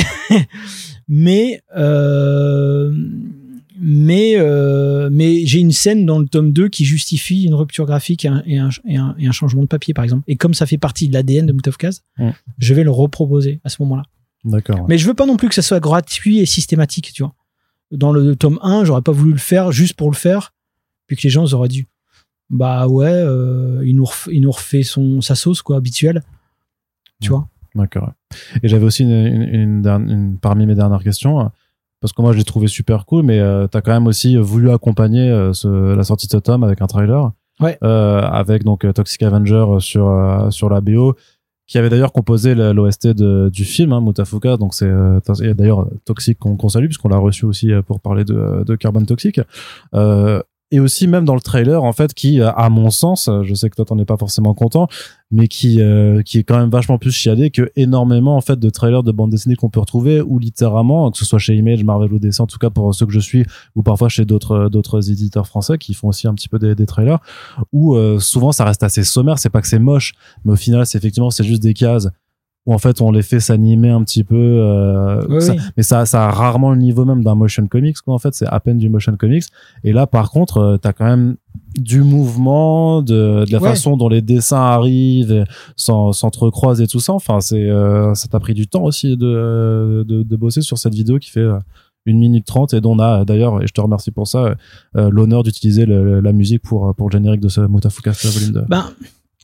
mais euh, mais euh, mais j'ai une scène dans le tome deux qui justifie une rupture graphique et un, et un, et un, et un changement de papier par exemple, et comme ça fait partie de l'A D N de Mout of Kaz, Mm. je vais le reproposer à ce moment-là. D'accord. Ouais. Mais je veux pas non plus que ça soit gratuit et systématique, tu vois. Dans le tome un, j'aurais pas voulu le faire juste pour le faire, puis que les gens auraient dit bah ouais, euh, il nous refait, il nous refait son sa sauce quoi habituelle, tu Mm. vois. D'accord. Ouais. Et j'avais aussi une, une, une, dernière- une- parmi mes dernières questions, euh, parce que moi je l'ai trouvé super cool, mais euh, t'as quand même aussi voulu accompagner euh, ce, la sortie de ce tome avec un trailer, Ouais. euh, avec donc euh, Toxic Avenger sur euh, sur la B O, qui avait d'ailleurs composé l'O S T de, du film, hein, Mutafuka. Donc c'est euh, et d'ailleurs Toxic qu'on qu'on salue puisqu'on l'a reçu aussi euh, pour parler de, de Carbone Toxic. Euh, et aussi même dans le trailer en fait qui à mon sens, je sais que toi t'en es pas forcément content, mais qui euh, qui est quand même vachement plus chiadé que énormément en fait de trailers de bande dessinée qu'on peut retrouver, ou littéralement que ce soit chez Image, Marvel ou D C, en tout cas pour ceux que je suis, ou parfois chez d'autres d'autres éditeurs français qui font aussi un petit peu des, des trailers, où euh, souvent ça reste assez sommaire. C'est pas que c'est moche, mais au final c'est effectivement c'est juste des cases où en fait on les fait s'animer un petit peu, euh, oui, ça, oui. mais ça ça a rarement le niveau même d'un motion comics quoi. En fait c'est à peine du motion comics, et là par contre euh, t'as quand même du mouvement, de, de la ouais. façon dont les dessins arrivent, sans s'entrecroisent et tout ça. Enfin c'est euh, ça t'a pris du temps aussi de, de de bosser sur cette vidéo qui fait euh, une minute trente, et dont on a d'ailleurs, et je te remercie pour ça, euh, l'honneur d'utiliser le, la musique pour pour le générique de ce Mutafucast volume deux. Ben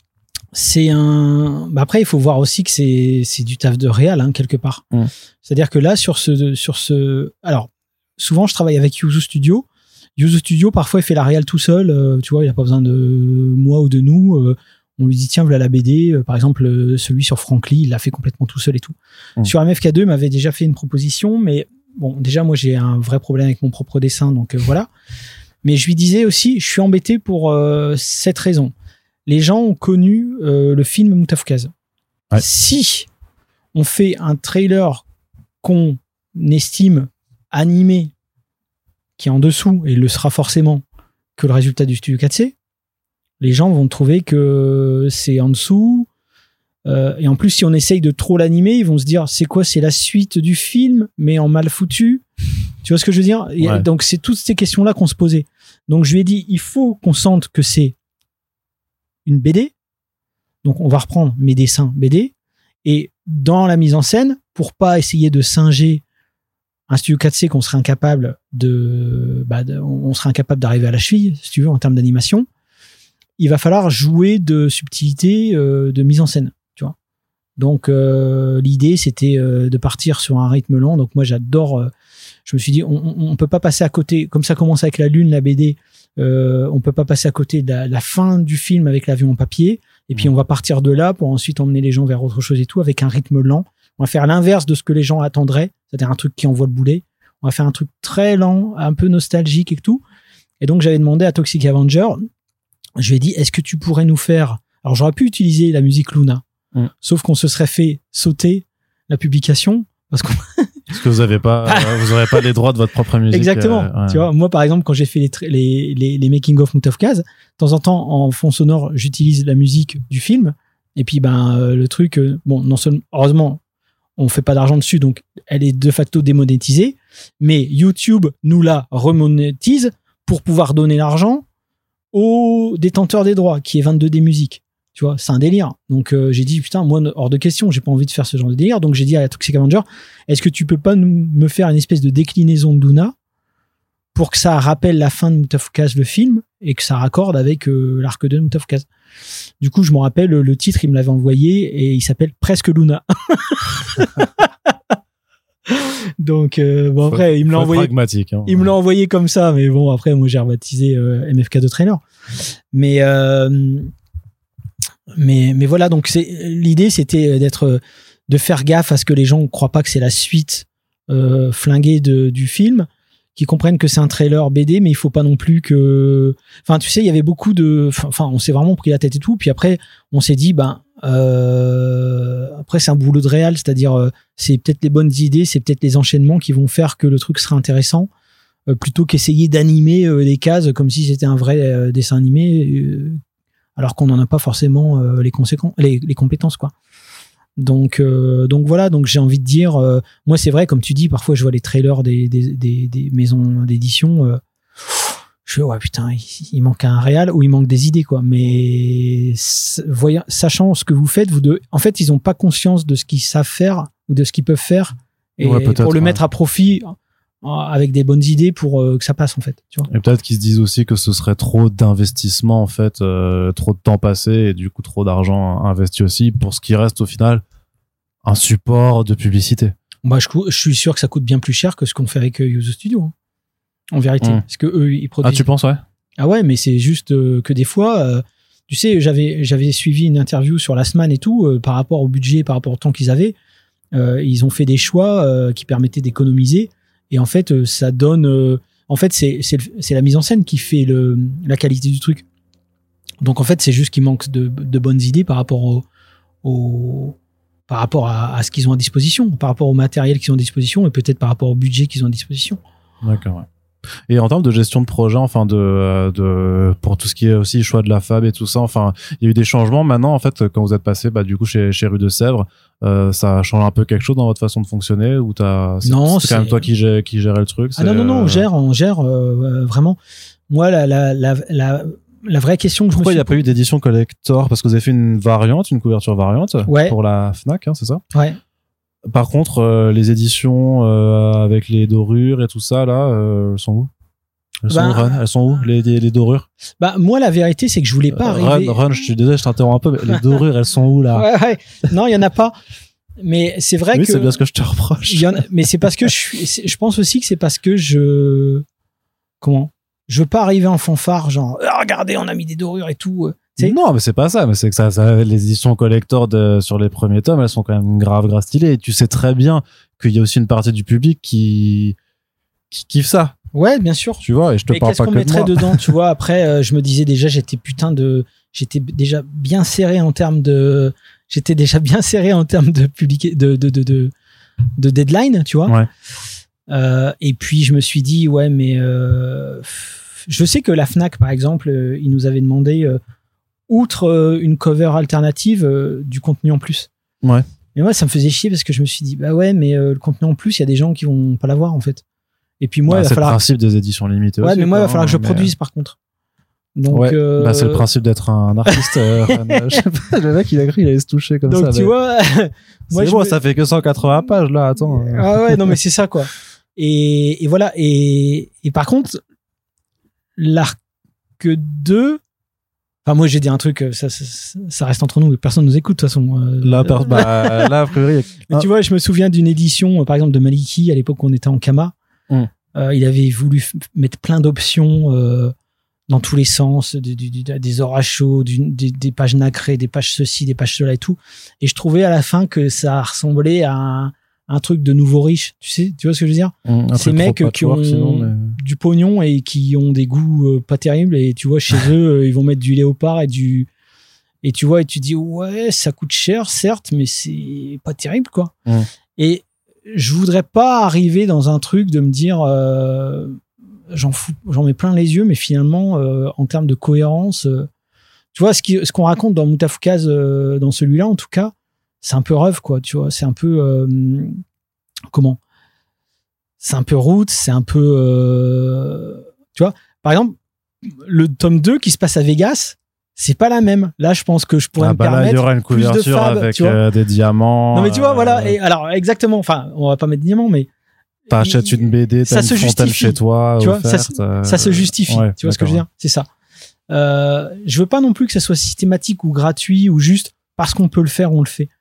c'est un. Bah après, il faut voir aussi que c'est c'est du taf de réal hein, quelque part. Mm. C'est-à-dire que là, sur ce sur ce, alors souvent, je travaille avec Yuzu Studio. Yuzu Studio, parfois, il fait la réal tout seul. Euh, tu vois, il n'a pas besoin de moi ou de nous. Euh, on lui dit tiens, voilà la B D. Euh, par exemple, euh, celui sur Frankly, il l'a fait complètement tout seul et tout. Mm. Sur M F K deux, il m'avait déjà fait une proposition, mais bon, déjà moi, j'ai un vrai problème avec mon propre dessin, donc euh, voilà. Mais je lui disais aussi, je suis embêté pour euh, cette raison. Les gens ont connu euh, le film Mutafukaz. Ouais. Si on fait un trailer qu'on estime animé, qui est en dessous, et il le sera forcément, que le résultat du Studio quatre C, les gens vont trouver que c'est en dessous. Euh, et en plus, si on essaye de trop l'animer, ils vont se dire, c'est quoi? C'est la suite du film, mais en mal foutu. Tu vois ce que je veux dire? Ouais. Donc, c'est toutes ces questions-là qu'on se posait. Donc, je lui ai dit, il faut qu'on sente que c'est une B D, donc on va reprendre mes dessins B D, et dans la mise en scène, pour pas essayer de singer un Studio quatre C qu'on serait incapable de, bah de on serait incapable d'arriver à la cheville, si tu veux, en termes d'animation, il va falloir jouer de subtilité euh, de mise en scène, tu vois. Donc euh, l'idée c'était euh, de partir sur un rythme lent. Donc moi j'adore, euh, je me suis dit on, on, on peut pas passer à côté, comme ça commence avec la lune, la B D. Euh, on peut pas passer à côté de la, la fin du film avec l'avion en papier, et puis on va partir de là pour ensuite emmener les gens vers autre chose et tout, avec un rythme lent. On va faire l'inverse de ce que les gens attendraient, c'est-à-dire un truc qui envoie le boulet. On va faire un truc très lent, un peu nostalgique et tout. Et donc j'avais demandé à Toxic Avenger, je lui ai dit, est-ce que tu pourrais nous faire... Alors j'aurais pu utiliser la musique Luna, mm. sauf qu'on se serait fait sauter la publication, parce qu'on... Parce que vous avez pas, vous aurez pas les droits de votre propre musique. Exactement. Euh, ouais. Tu vois, moi, par exemple, quand j'ai fait les, les, les, les making of Mutafukaz, de temps en temps, en fond sonore, j'utilise la musique du film. Et puis, ben, euh, le truc, euh, bon, non seulement, heureusement, on fait pas d'argent dessus, donc elle est de facto démonétisée. Mais YouTube nous la remonétise pour pouvoir donner l'argent au détenteur des droits, qui est vingt-deux D Music. Tu vois, c'est un délire. Donc euh, j'ai dit putain, moi hors de question, j'ai pas envie de faire ce genre de délire. Donc j'ai dit à Toxic Avenger, est-ce que tu peux pas me faire une espèce de déclinaison de Luna pour que ça rappelle la fin de Mutafukaz le film et que ça raccorde avec euh, l'arc deux de Mutafukaz. Du coup, je me rappelle le titre, il me l'avait envoyé et il s'appelle Presque Luna. Donc euh, bon, après faut, il me l'a envoyé pragmatique, hein. Il me l'a envoyé comme ça, mais bon, après moi j'ai rebaptisé euh, M F K deux Trailer. Mais euh, Mais, mais voilà, donc c'est, l'idée c'était d'être, de faire gaffe à ce que les gens ne croient pas que c'est la suite euh, flinguée de, du film, qu'ils comprennent que c'est un trailer B D, mais il faut pas non plus que, enfin tu sais, il y avait beaucoup de, enfin on s'est vraiment pris la tête et tout, puis après on s'est dit, ben euh, après c'est un boulot de réal, c'est-à-dire euh, c'est peut-être les bonnes idées, c'est peut-être les enchaînements qui vont faire que le truc sera intéressant, euh, plutôt qu'essayer d'animer euh, les cases comme si c'était un vrai euh, dessin animé. Euh, alors qu'on n'en a pas forcément euh, les conséquences, les, les compétences, quoi. Donc, euh, donc voilà, donc j'ai envie de dire, euh, moi c'est vrai, comme tu dis, parfois je vois les trailers des, des, des, des maisons d'édition, euh, je fais, ouais putain, il, il manque un réal ou il manque des idées, quoi. Mais voyant, sachant ce que vous faites, vous deux, en fait, ils n'ont pas conscience de ce qu'ils savent faire ou de ce qu'ils peuvent faire, et ouais, pour le ouais. mettre à profit avec des bonnes idées pour euh, que ça passe, en fait, tu vois. Et peut-être qu'ils se disent aussi que ce serait trop d'investissement, en fait, euh, trop de temps passé et du coup trop d'argent investi aussi pour ce qui reste au final un support de publicité. Bah, je, je suis sûr que ça coûte bien plus cher que ce qu'on fait avec euh, Yuzu Studio, hein, en vérité. Mmh. Parce que eux, ils produisent. Ah, tu penses, ouais? Ah ouais, mais c'est juste euh, que des fois, euh, tu sais, j'avais, j'avais suivi une interview sur Last Man et tout, euh, par rapport au budget, par rapport au temps qu'ils avaient. Euh, ils ont fait des choix euh, qui permettaient d'économiser. Et en fait, euh, ça donne... Euh, en fait, c'est, c'est, c'est la mise en scène qui fait le, la qualité du truc. Donc, en fait, c'est juste qu'il manque de, de bonnes idées par rapport au, au par rapport à, à ce qu'ils ont à disposition, par rapport au matériel qu'ils ont à disposition et peut-être par rapport au budget qu'ils ont à disposition. D'accord, ouais. Et en termes de gestion de projet, enfin de, de pour tout ce qui est aussi choix de la F A B et tout ça, enfin il y a eu des changements maintenant en fait quand vous êtes passé bah du coup chez chez Rue de Sèvres, euh, ça change un peu quelque chose dans votre façon de fonctionner ou t'as c'est, non c'est c'est quand même toi qui gère, qui gérait le truc. Ah non non non on gère on gère euh, vraiment. Moi la la la la la vraie question que pourquoi je me suis... il n'y a pas eu d'édition collector parce que vous avez fait une variante, une couverture variante ouais. pour la Fnac, hein, c'est ça? Ouais. Par contre, euh, les éditions euh, avec les dorures et tout ça là, euh, elles sont où? Elles sont, bah, où, elles sont où les, les, les dorures? Bah moi la vérité c'est que je voulais pas Run, arriver. Run, je suis désolé, je t'interromps un peu. Mais les dorures, elles sont où là? Ouais, ouais. Non, il y en a pas. Mais c'est vrai oui, que. Oui, c'est bien ce que je te reproche. Il y en a... Mais c'est parce que je suis. Je pense aussi que c'est parce que je. Comment? Je veux pas arriver en fanfare, genre ah, regardez, on a mis des dorures et tout. T'sais? Non, mais c'est pas ça. Mais c'est que ça, ça les éditions collector de, sur les premiers tomes, elles sont quand même grave, grave stylées. Et tu sais très bien qu'il y a aussi une partie du public qui qui kiffe ça. Ouais, bien sûr. Tu vois, et je te et parle pas que de moi. Qu'est-ce qu'on mettrait dedans, tu vois? Après, euh, je me disais déjà, j'étais putain de, j'étais déjà bien serré en termes de, j'étais déjà bien serré en termes de public, de de de de, de deadline, tu vois. Ouais. Euh, et puis je me suis dit, ouais, mais euh, je sais que la Fnac, par exemple, euh, ils nous avaient demandé, euh, outre euh, une cover alternative, euh, du contenu en plus. Ouais. Mais moi, ça me faisait chier parce que je me suis dit, bah ouais, mais euh, le contenu en plus, il y a des gens qui vont pas l'avoir en fait. Et puis moi, bah, il va c'est falloir... le principe des éditions limitées. Ouais, aussi, mais moi, il va quoi, falloir que je mais... produise par contre. Donc, ouais, euh... bah, c'est le principe d'être un artiste. euh, je sais pas, le mec, il a cru, il allait se toucher comme Donc, ça. Donc, tu mais... vois, moi, je vois, me... ça fait que cent quatre-vingts pages, là, attends. Ah ouais, non, mais c'est ça, quoi. Et, et voilà. Et, et par contre, l'arc deux, enfin, moi, j'ai dit un truc, ça, ça, ça reste entre nous, personne nous écoute, de toute façon. Là, per... bah, là, a priori. Mais ah. Tu vois, je me souviens d'une édition, par exemple, de Maliki, à l'époque où on était en Kama. Mm. Euh, il avait voulu f- mettre plein d'options euh, dans tous les sens, du, du, du, des orages chauds, du, des, des pages nacrées, des pages ceci, des pages cela et tout. Et je trouvais à la fin que ça ressemblait à un, un truc de nouveau riche. Tu sais, tu vois ce que je veux dire? mmh, Ces mecs qui ont sinon, mais... du pognon et qui ont des goûts euh, pas terribles. Et tu vois, chez eux, euh, ils vont mettre du léopard et du... Et tu vois, et tu dis, ouais, ça coûte cher, certes, mais c'est pas terrible, quoi. Mmh. Et je voudrais pas arriver dans un truc de me dire euh, j'en fous, j'en mets plein les yeux, mais finalement euh, en termes de cohérence, euh, tu vois ce qui, ce qu'on raconte dans Moutafoukaz, euh, dans celui-là en tout cas, c'est un peu rêve quoi, tu vois, c'est un peu euh, comment, c'est un peu route, c'est un peu euh, tu vois, par exemple le tome deux qui se passe à Vegas. C'est pas la même. Là, je pense que je pourrais ah me bah permettre. Là, il y aura une couverture plus de fab, avec euh, des diamants. Non, mais tu vois, euh... voilà. Et alors, exactement. Enfin, on va pas mettre de diamants, mais. T'achètes une B D, t'as une fontaine chez toi. Tu vois, offerte, ça, euh... ça se justifie. Ouais, tu vois ce que je veux dire? C'est ça. Euh, je veux pas non plus que ça soit systématique ou gratuit ou juste parce qu'on peut le faire, on le fait.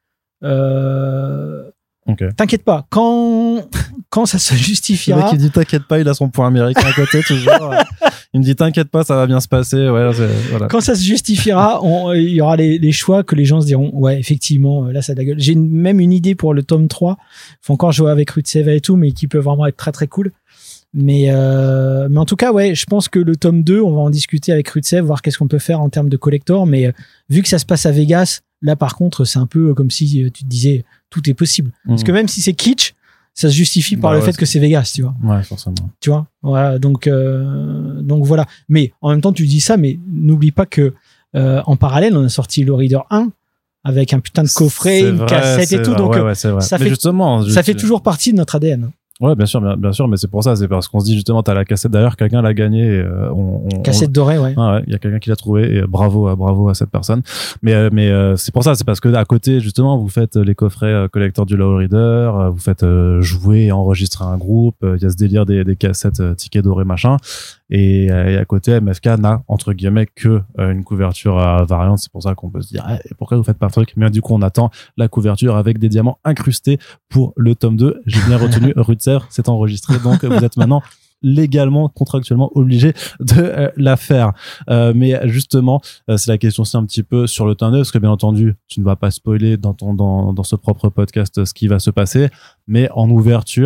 Euh... Okay. T'inquiète pas, quand quand ça se justifiera. Le mec il dit t'inquiète pas, il a son point américain à côté toujours. Il me dit t'inquiète pas, ça va bien se passer. Ouais, voilà. Quand ça se justifiera, on, il y aura les, les choix que les gens se diront ouais effectivement là ça a de la gueule. J'ai une, même une idée pour le tome trois. Faut encore jouer avec Rue de Sèvres et tout, mais qui peut vraiment être très très cool. Mais euh, mais en tout cas ouais, je pense que le tome deux, on va en discuter avec Rue de Sèvres, voir qu'est-ce qu'on peut faire en termes de collector. Mais euh, vu que ça se passe à Vegas, là par contre c'est un peu comme si euh, tu te disais tout est possible. Mmh. Parce que même si c'est kitsch, ça se justifie par bah le ouais, fait que c'est Vegas, tu vois. Ouais, forcément. Tu vois, voilà. Donc, euh, donc voilà. Mais en même temps, tu dis ça, mais n'oublie pas que euh, en parallèle, on a sorti le Reader un avec un putain de coffret, c'est une vrai, cassette et tout. Vrai, donc, ouais, ouais, c'est vrai. ça mais fait justement, ça fait toujours partie de notre A D N. Ouais, bien sûr, bien, bien sûr, mais c'est pour ça, c'est parce qu'on se dit justement, t'as la cassette d'ailleurs, quelqu'un l'a gagnée, et, euh, on, on, cassette on... dorée, ouais. Ah ouais, il y a quelqu'un qui l'a trouvé, et bravo, bravo à cette personne. Mais, euh, mais euh, c'est pour ça, c'est parce que à côté, justement, vous faites les coffrets euh, collector du Low Reader, euh, vous faites euh, jouer et enregistrer un groupe, il euh, y a ce délire des, des cassettes euh, tickets dorés machin. Et, euh, et à côté, M F K n'a entre guillemets que euh, une couverture euh, variante. C'est pour ça qu'on peut se dire eh, pourquoi vous faites pas un truc. Mais du coup, on attend la couverture avec des diamants incrustés pour le tome deux. J'ai bien retenu Rue de Sèvres, c'est enregistré, donc vous êtes maintenant légalement, contractuellement obligé de euh, la faire. Euh, mais justement, euh, c'est la question aussi un petit peu sur le tome deux, parce que bien entendu, tu ne vas pas spoiler dans ton dans dans ce propre podcast ce qui va se passer, mais en ouverture.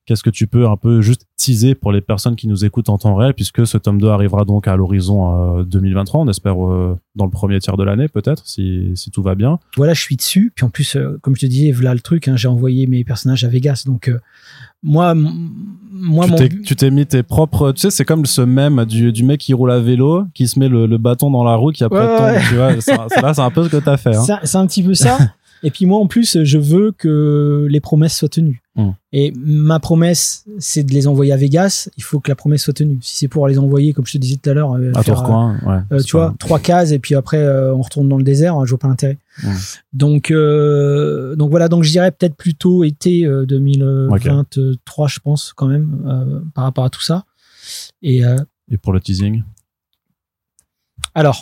qu'est-ce que tu peux un peu juste teaser pour les personnes qui nous écoutent en temps réel, puisque ce tome deux arrivera donc à l'horizon euh, deux mille vingt-trois, on espère euh, dans le premier tiers de l'année peut-être, si, si tout va bien. Voilà, je suis dessus. Puis en plus, euh, comme je te disais, voilà le truc, hein, j'ai envoyé mes personnages à Vegas. Donc, euh, moi, m- moi tu, mon... t'es, tu t'es mis tes propres... Tu sais, c'est comme ce mème du, du mec qui roule à vélo, qui se met le, le bâton dans la roue, qui après Ouais, tombe. ouais. Tu vois, c'est, c'est, là, c'est un peu ce que t'as fait. Hein. C'est, c'est un petit peu ça. Et puis moi, en plus, je veux que les promesses soient tenues. Mmh. Et ma promesse, c'est de les envoyer à Vegas. Il faut que la promesse soit tenue. Si c'est pour les envoyer, comme je te disais tout à l'heure, euh, à Tourcoing, ouais. Euh, tu vois, trois cases et puis après euh, on retourne dans le désert. Je vois pas l'intérêt. Mmh. Donc, euh, donc voilà. Donc je dirais peut-être plutôt été euh, deux mille vingt-trois, okay. Je pense quand même euh, par rapport à tout ça. Et euh, et pour le teasing. Alors,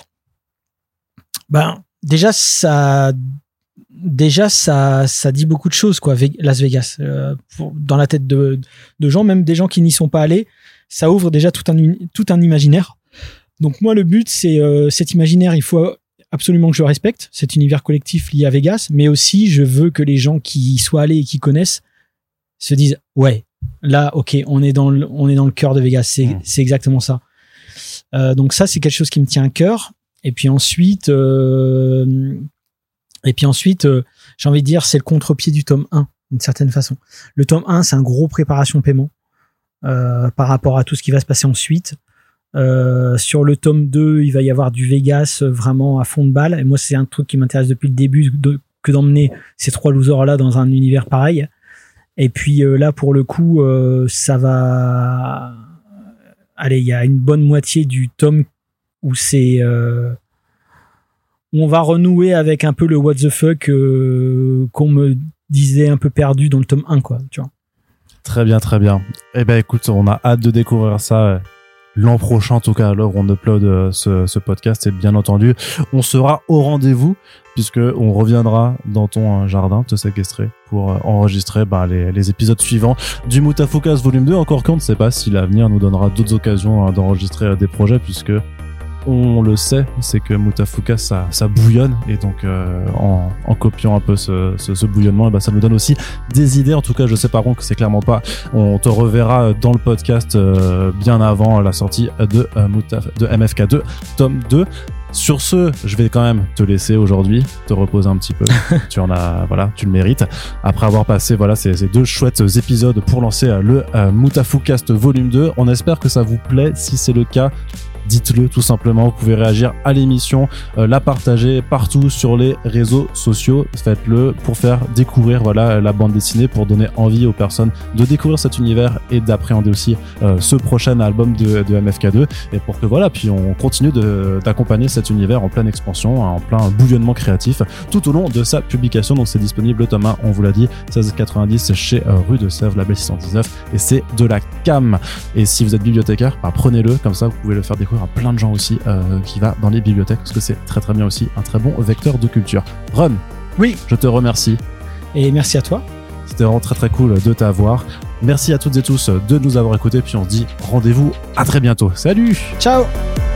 ben déjà ça. Déjà, ça, ça dit beaucoup de choses, quoi. Las Vegas, euh, pour, dans la tête de, de gens, même des gens qui n'y sont pas allés, ça ouvre déjà tout un, tout un imaginaire. Donc moi, le but, c'est euh, cet imaginaire. Il faut absolument que je respecte cet univers collectif lié à Vegas, mais aussi je veux que les gens qui y soient allés et qui connaissent se disent, ouais, là, ok, on est dans le, on est dans le cœur de Vegas. C'est, mmh. c'est exactement ça. Euh, donc ça, c'est quelque chose qui me tient à cœur. Et puis ensuite. Euh, Et puis ensuite, euh, j'ai envie de dire, c'est le contre-pied du tome un, d'une certaine façon. Le tome un, c'est un gros préparation-paiement euh, par rapport à tout ce qui va se passer ensuite. Euh, sur le tome deux, il va y avoir du Vegas vraiment à fond de balle. Et moi, c'est un truc qui m'intéresse depuis le début, de, que d'emmener ces trois losers-là dans un univers pareil. Et puis euh, là, pour le coup, euh, ça va... Allez, il y a une bonne moitié du tome où c'est... Euh, on va renouer avec un peu le what the fuck euh, qu'on me disait un peu perdu dans le tome un, quoi, tu vois. Très bien, très bien. Eh ben, écoute, on a hâte de découvrir ça l'an prochain, en tout cas, à l'heure où on upload ce, ce podcast. Et bien entendu, on sera au rendez-vous puisque on reviendra dans ton jardin te séquestrer pour enregistrer bah, les, les épisodes suivants du Mutafukast volume deux. Encore qu'on ne sait pas si l'avenir nous donnera d'autres occasions d'enregistrer des projets, puisque on le sait, c'est que Mutafukast ça, ça bouillonne, et donc euh, en, en copiant un peu ce, ce, ce bouillonnement, et ben ça nous donne aussi des idées. En tout cas, je sais par contre que c'est clairement pas. On te reverra dans le podcast euh, bien avant la sortie de, euh, Mutaf, de M F K deux tome deux. Sur ce, je vais quand même te laisser aujourd'hui, te reposer un petit peu. Tu en as, voilà, tu le mérites. Après avoir passé, voilà, ces, ces deux chouettes épisodes pour lancer le euh, Mutafukast volume deux. On espère que ça vous plaît. Si c'est le cas, dites-le tout simplement. Vous pouvez réagir à l'émission, euh, la partager partout sur les réseaux sociaux. Faites-le pour faire découvrir, voilà, la bande dessinée, pour donner envie aux personnes de découvrir cet univers et d'appréhender aussi euh, ce prochain album de, de M F K deux, et pour que voilà, puis on continue de, d'accompagner cet univers en pleine expansion, en plein bouillonnement créatif tout au long de sa publication. Donc c'est disponible, le tome un, on vous l'a dit, seize quatre-vingt-dix chez euh, Rue de Sèvres, label six cent dix-neuf, et c'est de la cam. Et si vous êtes bibliothécaire, bah, prenez-le, comme ça vous pouvez le faire découvrir à plein de gens aussi euh, qui va dans les bibliothèques, parce que c'est très très bien aussi, un très bon vecteur de culture. Ron, oui, je te remercie. Et merci à toi. C'était vraiment très très cool de t'avoir. Merci à toutes et tous de nous avoir écoutés, puis on se dit rendez-vous à très bientôt. Salut. Ciao.